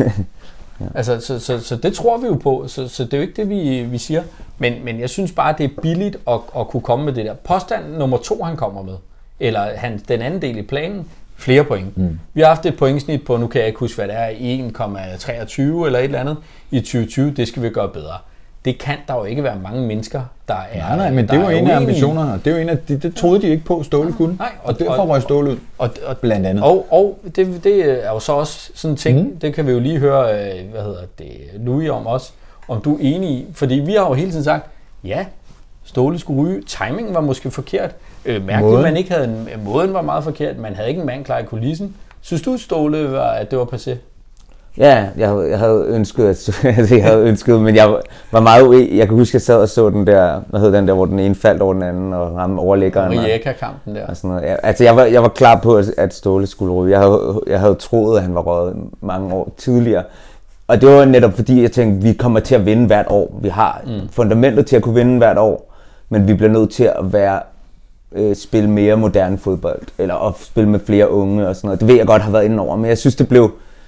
Ja. Altså, så, så, så det tror vi jo på, så, så det er jo ikke det, vi, vi siger. Men, men jeg synes bare, det er billigt at, at kunne komme med det der. Påstand nummer to, han kommer med, eller han, den anden del i planen, flere point. Mm. Vi har haft et pointsnit på, nu kan jeg ikke huske, hvad det er, en komma treogtyve eller et eller andet i tyve tyve. Det skal vi gøre bedre. Det kan der jo ikke være mange mennesker, der er Nej, nej, men det var en af ambitionerne. Det, var en af, det, det troede de ikke på, Ståle ja, kunne. Nej, og, og derfor røg Ståle ud, og, og, blandt andet. Og, og det, det er jo så også sådan en ting, mm. det kan vi jo lige høre, hvad hedder det, Louis om også, om du er enig i. Fordi vi har jo hele tiden sagt, ja, Ståle skulle ryge. Timingen var måske forkert. Øh, mærkeligt, man ikke havde en, måden var meget forkert. Man havde ikke en mand klar i kulissen. Synes du, Ståle, var, at det var passé? Ja, jeg havde, jeg havde ønsket, altså jeg havde ønsket, men jeg var meget uenig. Jeg kan huske, at jeg sad og så den der, hvad hed den der, hvor den ene faldt over den anden, og ramte overlæggeren. Rijeka-kampen der. Og sådan noget. Altså jeg var, jeg var klar på, at Ståle skulle ryge. Jeg havde, jeg havde troet, at han var røget mange år tidligere. Og det var netop fordi, jeg tænkte, at vi kommer til at vinde hvert år. Vi har mm. fundamentet til at kunne vinde hvert år, men vi bliver nødt til at være øh, spille mere moderne fodbold, eller at spille med flere unge og sådan noget. Det ved jeg godt har været inde over, men jeg synes, det blev...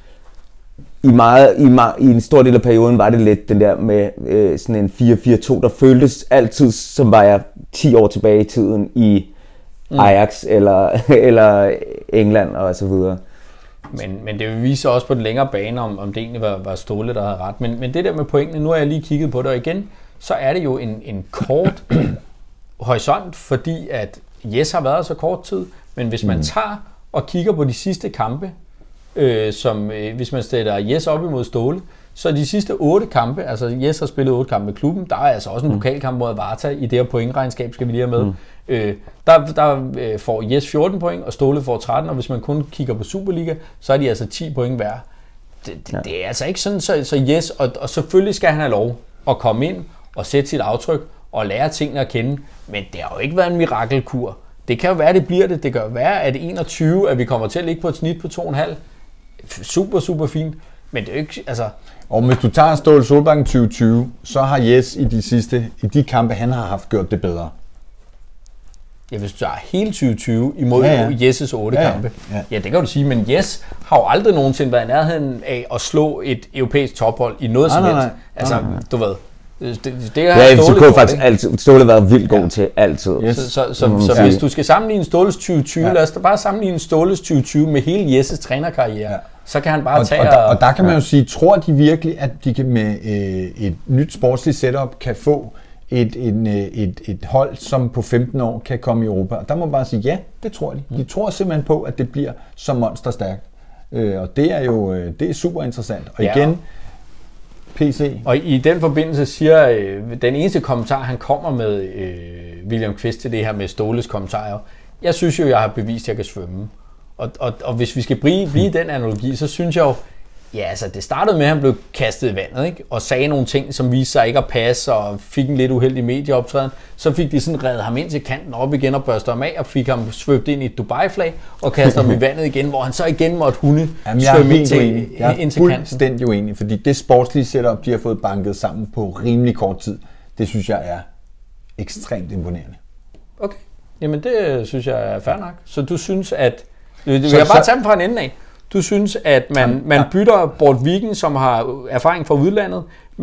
I, meget, i, meget, I en stor del af perioden var det lidt den der med øh, sådan en fire fire to, der føltes altid, som var jeg ti år tilbage i tiden i Ajax mm. eller, eller England og så videre. Men, men det viser også på den længere bane, om, om det egentlig var, var Ståle, der havde ret. Men, men det der med pointene, nu har jeg lige kigget på det, og igen, så er det jo en, en kort horisont, fordi at Jes har været så kort tid, men hvis man mm. tager og kigger på de sidste kampe, Øh, som øh, hvis man stiller Jes op imod Ståle, så de sidste otte kampe, altså Jes har spillet otte kampe med klubben, der er altså også en mm. pokalkamp mod Varta i det her pointregnskab, skal vi lige have med. Mm. Øh, der der øh, får Jes fjorten point, og Ståle får tretten, og hvis man kun kigger på Superliga, så er de altså ti point hver. Det, det, ja. det er altså ikke sådan, så, så Jes, og, og selvfølgelig skal han have lov at komme ind og sætte sit aftryk og lære tingene at kende, men det har jo ikke været en mirakelkur. Det kan jo være, det bliver det. Det kan jo være, at enogtyve, at vi kommer til at ligge på et snit på to komma fem. Super, super fint, men det er jo ikke, altså... Og hvis du tager Ståle Solbakken tyve tyve, så har Jes i de sidste, i de kampe, han har haft, gjort det bedre. Ja, hvis du tager hele tyve tyve imod ja, ja. Jesses otte ja, ja. kampe. Ja. Ja, det kan du sige, men Jes har jo aldrig nogensinde været i nærheden af at slå et europæisk tophold i noget nej, som helst. nej, nej. Altså, nej, nej. du ved, det, det har ja, Ståle gjort, faktisk altid. Ståle har været vildt god ja. til altid. Yes. Så, så, så, mm, så, så hvis du skal sammenligne Ståles tyve tyve, ja. lad os da bare sammenligne Ståles tyve tyve med hele Jesses trænerkarriere, ja. så kan han bare og, tage... Og, og, og der kan man jo sige, tror de virkelig, at de kan med øh, et nyt sportsligt setup kan få et, en, et, et hold, som på femten år kan komme i Europa? Og der må man bare sige, ja, det tror de. De tror simpelthen på, at det bliver så monsterstærkt. Øh, og det er jo det er super interessant. Og ja. igen, P C. Og i den forbindelse siger øh, den eneste kommentar, han kommer med, øh, William Kvist, til det her med Ståles kommentarer. Jeg synes jo, jeg har bevist, at jeg kan svømme. Og, og, og hvis vi skal blive, blive den analogi, så synes jeg jo, ja, altså det startede med, at han blev kastet i vandet, ikke? Og sagde nogle ting, som viste sig ikke at passe, og fik en lidt uheldig medieoptræden. Så fik de sådan reddet ham ind til kanten op igen og børste ham af, og fik ham svøbt ind i et Dubai-flag, og kastet ham i vandet igen, hvor han så igen måtte hunde Jamen, jeg svømme er ind til, jeg er ind til kanten. fuldstændig uenig, fordi det sportslige setup, de har fået banket sammen på rimelig kort tid, det synes jeg er ekstremt imponerende. Okay, jamen det synes jeg er fair nok. Så du synes, at... Det vil jeg bare tage dem fra en ende af. Du synes, at man, man bytter Bort Vigen, som har erfaring fra udlandet,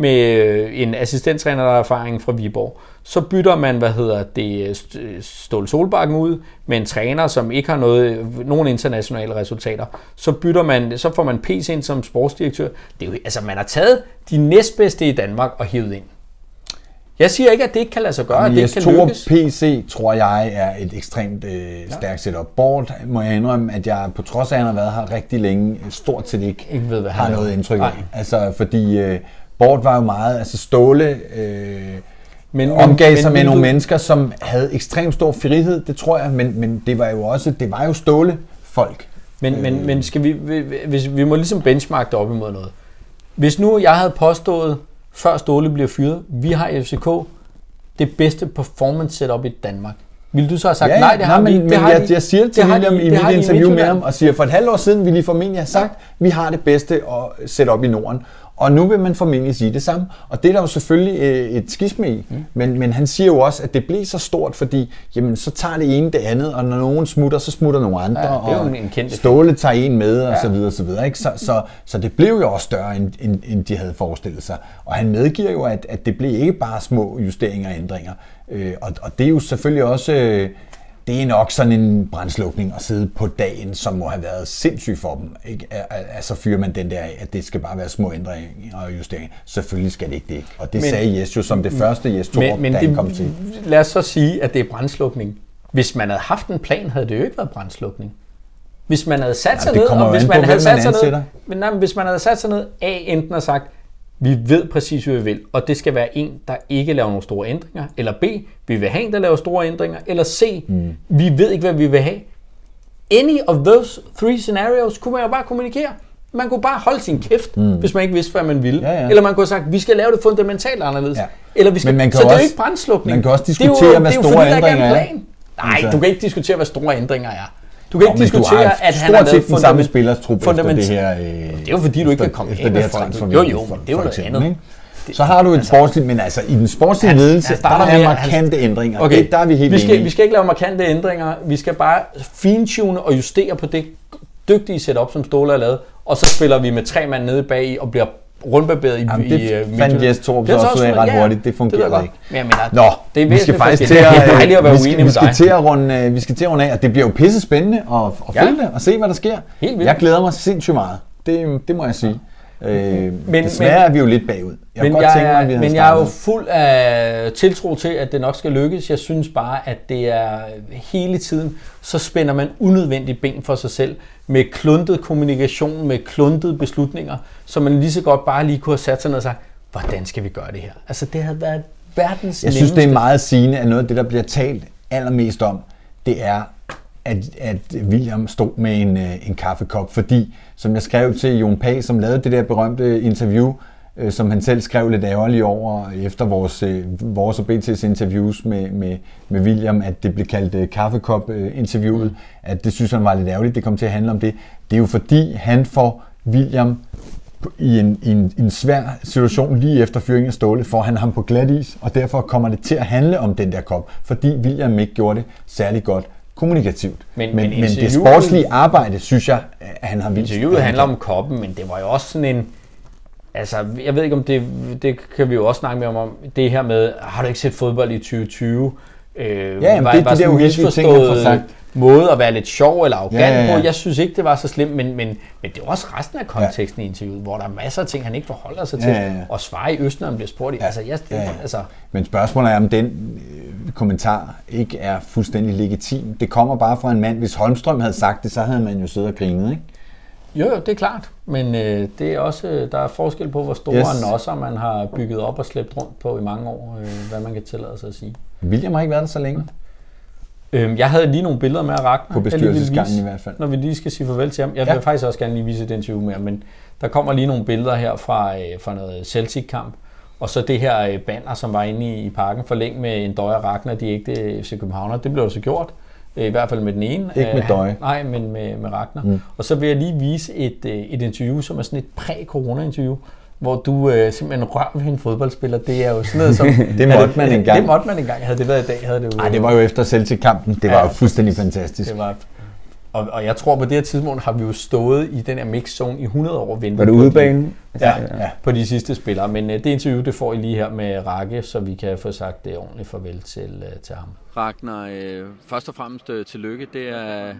med en assistenttræner, der har erfaring fra Viborg. Så bytter man, hvad hedder det, Ståle Solbakken ud med en træner, som ikke har noget, nogen internationale resultater. Så bytter man, så får man P C ind som sportsdirektør. Det er jo, altså, man har taget de næstbedste i Danmark og hivet ind. Jeg siger ikke, at det ikke kan lade sig gøre, Jamen, at det ikke kan lykkes. P C, tror jeg, er et ekstremt øh, stærkt setup. Bort må jeg indrømme, at jeg på trods af, at han har været her rigtig længe, stort set ikke, ikke ved, hvad har noget er. indtryk af. Nej. Altså, fordi øh, Bort var jo meget, altså Ståle øh, men, omgav men, sig men, med nogle du... mennesker, som havde ekstremt stor frihed, det tror jeg, men, men det var jo også, det var jo Ståle folk. Men, øh. men, men skal vi, vi, vi, vi må ligesom benchmarke det op imod noget. Hvis nu jeg havde påstået, før Ståle bliver fyret, vi har i F C K det bedste performance setup i Danmark. Vil du så have sagt, ja, nej, det har nej, vi. Men, det men jeg, jeg siger det til William i mit interview med ham, og siger, for et halvt år siden ville I formentlig have sagt, ja. vi har det bedste setup i Norden. Og nu vil man formentlig sige det samme. Og det er der jo selvfølgelig et skisme i. Mm. Men, men han siger jo også, at det blev så stort, fordi jamen, så tager det ene det andet, og når nogen smutter, så smutter nogle andre. Ja, det er og jo en kendt Ståle tager en med, og ja. så videre, så videre. Ikke? Så, så, så det blev jo også større, end, end, end de havde forestillet sig. Og han medgiver jo, at, at det blev ikke bare små justeringer og ændringer. Øh, og, og det er jo selvfølgelig også... Øh, det er nok sådan en brandslukning at sidde på dagen, som må have været sindssygt for dem. Ikke? Altså fyrer man den der af, at det skal bare være små ændringer og justeringer. Selvfølgelig skal det ikke det. Og det men, sagde Jes jo som det første Jes Torup, da han kom til. Lad os så sige, at det er brandslukning. Hvis man havde haft en plan, havde det jo ikke været brandslukning. Hvis man havde sat sig ned, og hvis man havde sat sig ned, men nej, hvis man havde sat sig ned, A, enten har sagt, vi ved præcis, hvad vi vil, og det skal være en, der ikke laver nogle store ændringer, eller B, vi vil have en, der laver store ændringer, eller C, mm. vi ved ikke, hvad vi vil have. Any of those three scenarios kunne man jo bare kommunikere. Man kunne bare holde sin kæft, mm. hvis man ikke vidste, hvad man ville. Ja, ja. Eller man kunne have sagt, vi skal lave det fundamentalt anderledes. Ja. Eller vi skal, så det er jo ikke brandslukning. Man kan også diskutere, det er jo, hvad store det er jo, fordi, ændringer er. Nej, altså. Du kan ikke diskutere, hvad store ændringer er. Du kan ikke Nå, diskutere, at han har lavet den samme spillerstrup efter det her. Øh, det er jo fordi, du ikke kan komme af med folk. Jo, jo, men det er jo noget andet. Så har du et sportsligt, men altså i den sportslige ledelse, der er markante ændringer. Okay, det, der er vi helt vi skal, enige. Vi skal ikke lave markante ændringer. Vi skal bare fintune og justere på det dygtige setup, som Ståle har lavet. Og så spiller vi med tre mand nede bag og bliver rundbarberet i Jamen, det i, fandt Jes Torup så også ud af ret ja, hurtigt. Det fungerer ikke. Men jeg mener, Nå, det er vi skal faktisk til at, at være uenige med dig. Vi skal til at runde, vi skal til at runde af, og det bliver jo pisse spændende at, at ja. følge det og se, hvad der sker. Jeg glæder mig sindssygt meget. Det, det må jeg sige. Øh, men, desværre men, er vi jo lidt bagud. Jeg men jeg, mig, at men jeg er jo fuld af tiltro til, at det nok skal lykkes. Jeg synes bare, at det er hele tiden, så spænder man unødvendigt ben for sig selv med kluntet kommunikation, med kluntede beslutninger, så man lige så godt bare lige kunne have sat sig ned og sagt, hvordan skal vi gøre det her? Altså det havde været verdens Jeg synes, nemmeste. Det er meget sigende, at noget af det, der bliver talt allermest om, det er, at, at William stod med en, en kaffekop, fordi, som jeg skrev til Jon Pag, som lavede det der berømte interview, øh, som han selv skrev lidt ærgerligt over, efter vores, øh, vores og B T's interviews med, med, med William, at det blev kaldt øh, kaffekop-interviewet, mm. at det synes han var lidt ærgerligt, det kom til at handle om det. Det er jo fordi, han får William i en, i, en, i en svær situation lige efter fyringen af Ståle, får han ham på glat is, og derfor kommer det til at handle om den der kop, fordi William ikke gjorde det særlig godt kommunikativt. Men, men, men, men det sportslige arbejde, synes jeg, at han har vist. Interviewet handler om koppen, men det var jo også sådan en... Altså, jeg ved ikke om det... Det kan vi jo også snakke mere om, om det her med, har du ikke set fodbold i tyve tyve? Øh, ja, jamen, var, det, var det er jo misforstået måde at være lidt sjov eller arrogant ja, ja, ja. på. Jeg synes ikke, det var så slemt, men, men, men det er også resten af konteksten ja. i interviewet, hvor der er masser af ting, han ikke forholder sig til, ja, ja, ja. og svarer i Østen, når han bliver spurgt i. Ja, altså, jeg, ja, ja. altså. Men spørgsmålet er, om den øh, kommentar ikke er fuldstændig legitim. Det kommer bare fra en mand. Hvis Holmstrøm havde sagt det, så havde man jo siddet og grinet, ikke? Jo, jo, det er klart, men øh, det er også, der er forskel på, hvor store yes. nosser man har bygget op og slæbt rundt på i mange år, øh, hvad man kan tillade sig at sige. William har ikke været der så længe. Øhm, jeg havde lige nogle billeder med at Ragnar. På bestyrelsesgangen i hvert fald. Når vi lige skal sige farvel til ham. Jeg vil ja. faktisk også gerne lige vise et interview med ham, men der kommer lige nogle billeder her fra, øh, fra noget Celtic-kamp. Og så det her øh, banner, som var inde i, i parken, forlængt med en Døje og Ragnar, de ægte F C Københavner. Det blev så gjort. I hvert fald med den ene. Ikke med Døje. Nej, men med, med Ragnar. Mm. Og så vil jeg lige vise et, et interview, som er sådan et præ-corona-interview, hvor du øh, simpelthen rør ved en fodboldspiller. Det er jo sådan noget som... det måtte man engang. Det måtte man engang. Havde det været i dag, havde det jo... Nej, det var jo efter Celtic-kampen. Det var ja, jo fuldstændig fantastisk. Det var... Og, og jeg tror, på det her tidspunkt har vi jo stået i den her mixzone i hundrede år. Var det udebanen? Ja, ja, på de sidste spillere. Men uh, det interview, det får I lige her med Ragge, så vi kan få sagt det ordentligt farvel til, uh, til ham. Ragnar, øh, først og fremmest øh, tillykke. Det er,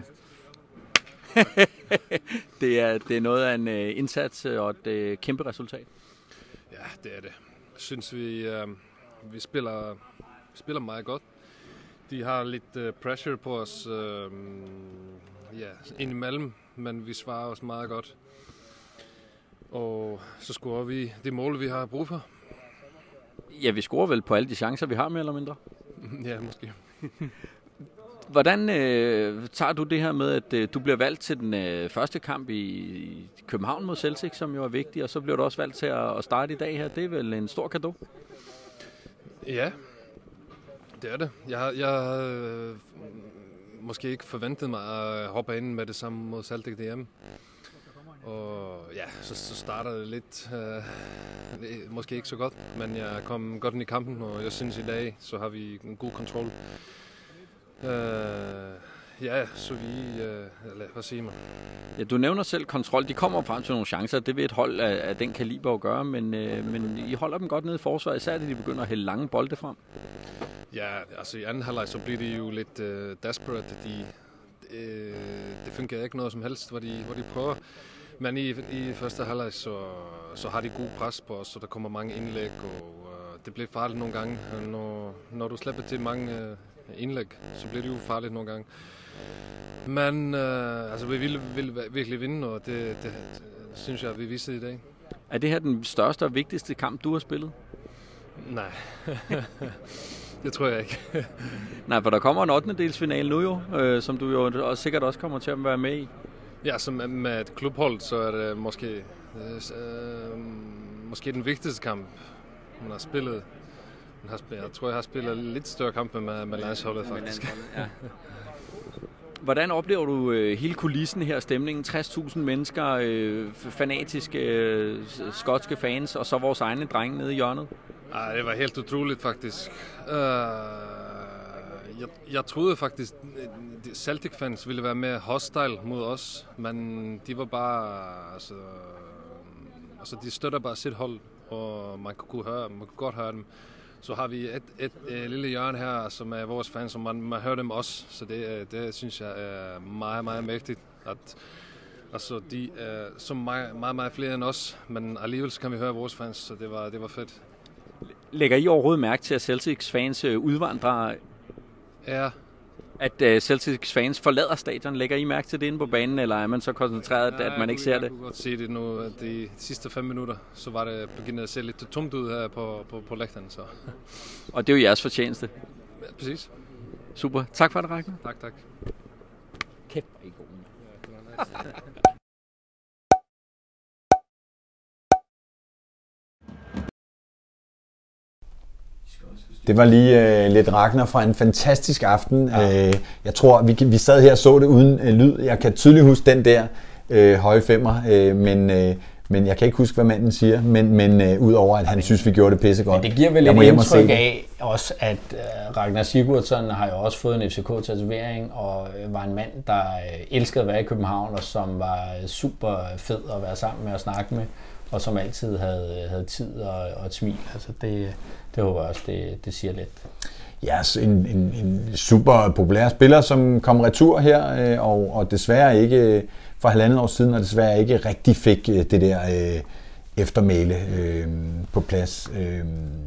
det, er, det er noget af en øh, indsats og et øh, kæmpe resultat. Ja, det er det. Jeg synes, vi, øh, vi, spiller, vi spiller meget godt. De har lidt øh, pressure på os øh, ja, indimellem, men vi svarer os meget godt. Og så scorer vi det mål, vi har brug for. Ja, vi scorer vel på alle de chancer, vi har, mere eller mindre. Ja, måske. Hvordan øh, tager du det her med, at øh, du bliver valgt til den øh, første kamp i, i København mod Celtic, som jo er vigtig, og så bliver du også valgt til at, at starte i dag her. Det er vel en stor cadeau? Ja, det er det. Jeg har jeg, øh, måske ikke forventet mig at hoppe ind med det samme mod Celtic derhjemme. Og ja, så, så starter det lidt, øh, måske ikke så godt, men jeg kom godt ind i kampen, og jeg synes i dag, så har vi en god kontrol. Øh, ja, så vi, øh, eller, hvad siger man? Ja, du nævner selv kontrol. De kommer frem til nogle chancer. Det vil et hold af, af den kaliber at gøre, men, øh, men I holder dem godt nede i forsvaret, især da de begynder at hælde lange bolde frem. Ja, altså i anden halvleg så bliver de jo lidt øh, desperate. De, øh, det fungerer ikke noget som helst, hvor de, hvor de prøver. Men i, i første halvleg så, så har de god pres på os, så der kommer mange indlæg, og øh, det bliver farligt nogle gange. Når, når du slipper til mange øh, indlæg, så bliver det jo farligt nogle gange. Men øh, altså, vi vil, vil virkelig vinde, og det, det, det synes jeg, vi viser i dag. Er det her den største og vigtigste kamp, du har spillet? Nej, det tror jeg ikke. Nej, for der kommer en ottendedelsfinale nu jo, øh, som du jo også, sikkert også kommer til at være med i. Ja, som med et klubhold, så er det måske, øh, måske den vigtigste kamp, man har spillet. Man har spillet. Jeg tror, jeg har spillet lidt større kampe med, med landsholdet, faktisk. Ja. Hvordan oplever du øh, hele kulissen her, stemningen? tres tusind mennesker, øh, fanatiske øh, skotske fans, og så vores egne drenge nede i hjørnet? Ej, det var helt utroligt, faktisk. Uh, jeg, jeg troede faktisk, at Celtic-fans ville være mere hostile mod os, men de var bare, altså, altså de støtter bare sit hold, og man kunne, høre, man kunne godt høre dem. Så har vi et, et, et lille hjørne her, som er vores fans, og man, man hører dem også, så det, det synes jeg er meget, meget mægtigt, at altså, de er så meget, meget, meget flere end os, men alligevel kan vi høre vores fans, så det var, det var fedt. Lægger I overhovedet mærke til, at Celtics fans udvandrer? Ja. At uh, Celtics fans forlader stadion? Lægger I mærke til det inde på banen, eller er man så koncentreret, ja, at man ikke ser det? Jeg kunne godt se det nu. De sidste fem minutter, så var det begyndt at se lidt tomt ud her på, på, på lægterne. Så. Og det er jo jeres fortjeneste. Ja, præcis. Super. Tak for det, Ragnar. Tak, tak. Kæft, hvor I gode. Det var lige øh, lidt Ragnar fra en fantastisk aften. Ja. Øh, jeg tror, vi, vi sad her og så det uden øh, lyd. Jeg kan tydeligt huske den der øh, høje femmer, øh, men, øh, men jeg kan ikke huske, hvad manden siger, men, men øh, udover at han synes, vi gjorde det pissegodt. Men det giver vel et indtryk af også, at øh, Ragnar Sigurdsson har jo også fået en F C K-tatovering, og øh, var en mand, der øh, elskede at være i København, og som var super fed at være sammen med og snakke med, og som altid havde, havde tid og, og et smil. Altså det, det håber jeg også, det, det siger lidt. Ja, en, en, en super populær spiller, som kom retur her, øh, og, og desværre ikke for halvandet år siden, og desværre ikke rigtig fik øh, det der øh, eftermæle øh, på plads. Øh.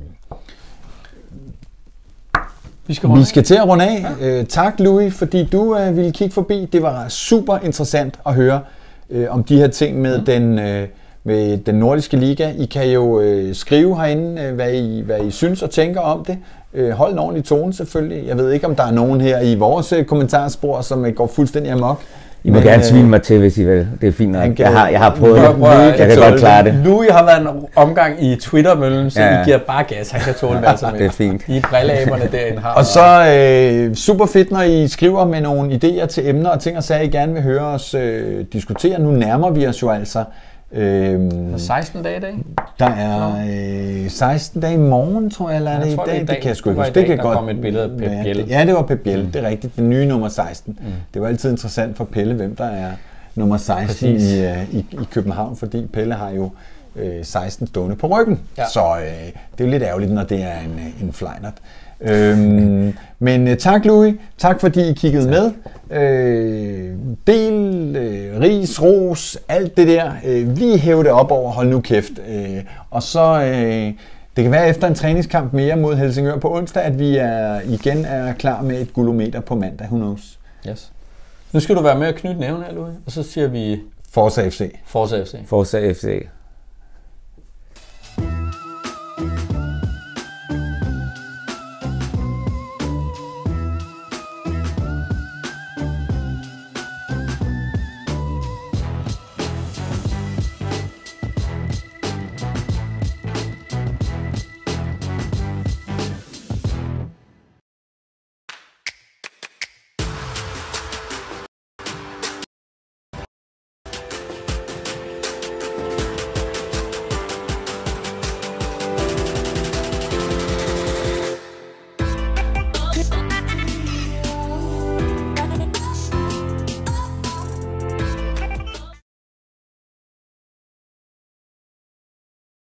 Vi skal, Vi skal til at runde af. Ja. Øh, tak, Louis, fordi du øh, ville kigge forbi. Det var super interessant at høre øh, om de her ting med, mm. den, øh, med den nordiske liga. I kan jo øh, skrive herinde, øh, hvad, I, hvad I synes og tænker om det. Øh, hold en ordentlig tone selvfølgelig. Jeg ved ikke, om der er nogen her i vores øh, kommentarspor, som øh, går fuldstændig amok. I må men, gerne svine mig til, hvis I vil. Det er fint nok. Kan, jeg, har, jeg har prøvet det. Jeg, jeg kan godt klare det. Louis har været en omgang i Twitter-møllen, så ja. I giver bare gas. Han kan tåle hvad som helst. Det er fint. I brilleaberne derinde har. Og så øh, super fedt, når I skriver med nogle idéer til emner og ting og sager, I gerne vil høre os øh, diskutere. Nu nærmer vi os jo altså. Øh, seksten dage i dag? Der er øh, seksten dage i morgen, tror jeg, eller er det, jeg i dag? det, det kan jeg sgu ikke huske. Det kan der godt kom et billede af Pep Biel. Ja, det var Pep Biel, mm. det er rigtigt. Den nye nummer seksten. Mm. Det var altid interessant for Pelle, hvem der er nummer seksten i, i, i København, fordi Pelle har jo øh, seksten stående på ryggen. Ja. Så øh, det er jo lidt ærgerligt, når det er en, en flejnert. Øhm, men øh, tak, Louis. Tak, fordi I kiggede tak. med. Øh, del, øh, ris, ros, alt det der. Øh, lige hæve det op over, hold nu kæft. Øh, og så... Øh, det kan være efter en træningskamp mere mod Helsingør på onsdag, at vi er, igen er klar med et gulometer på mandag. Who knows? Yes. Nu skal du være med at knytte nævn her, Louis. Og så siger vi... Forza F C. Forza F C. Forza F C.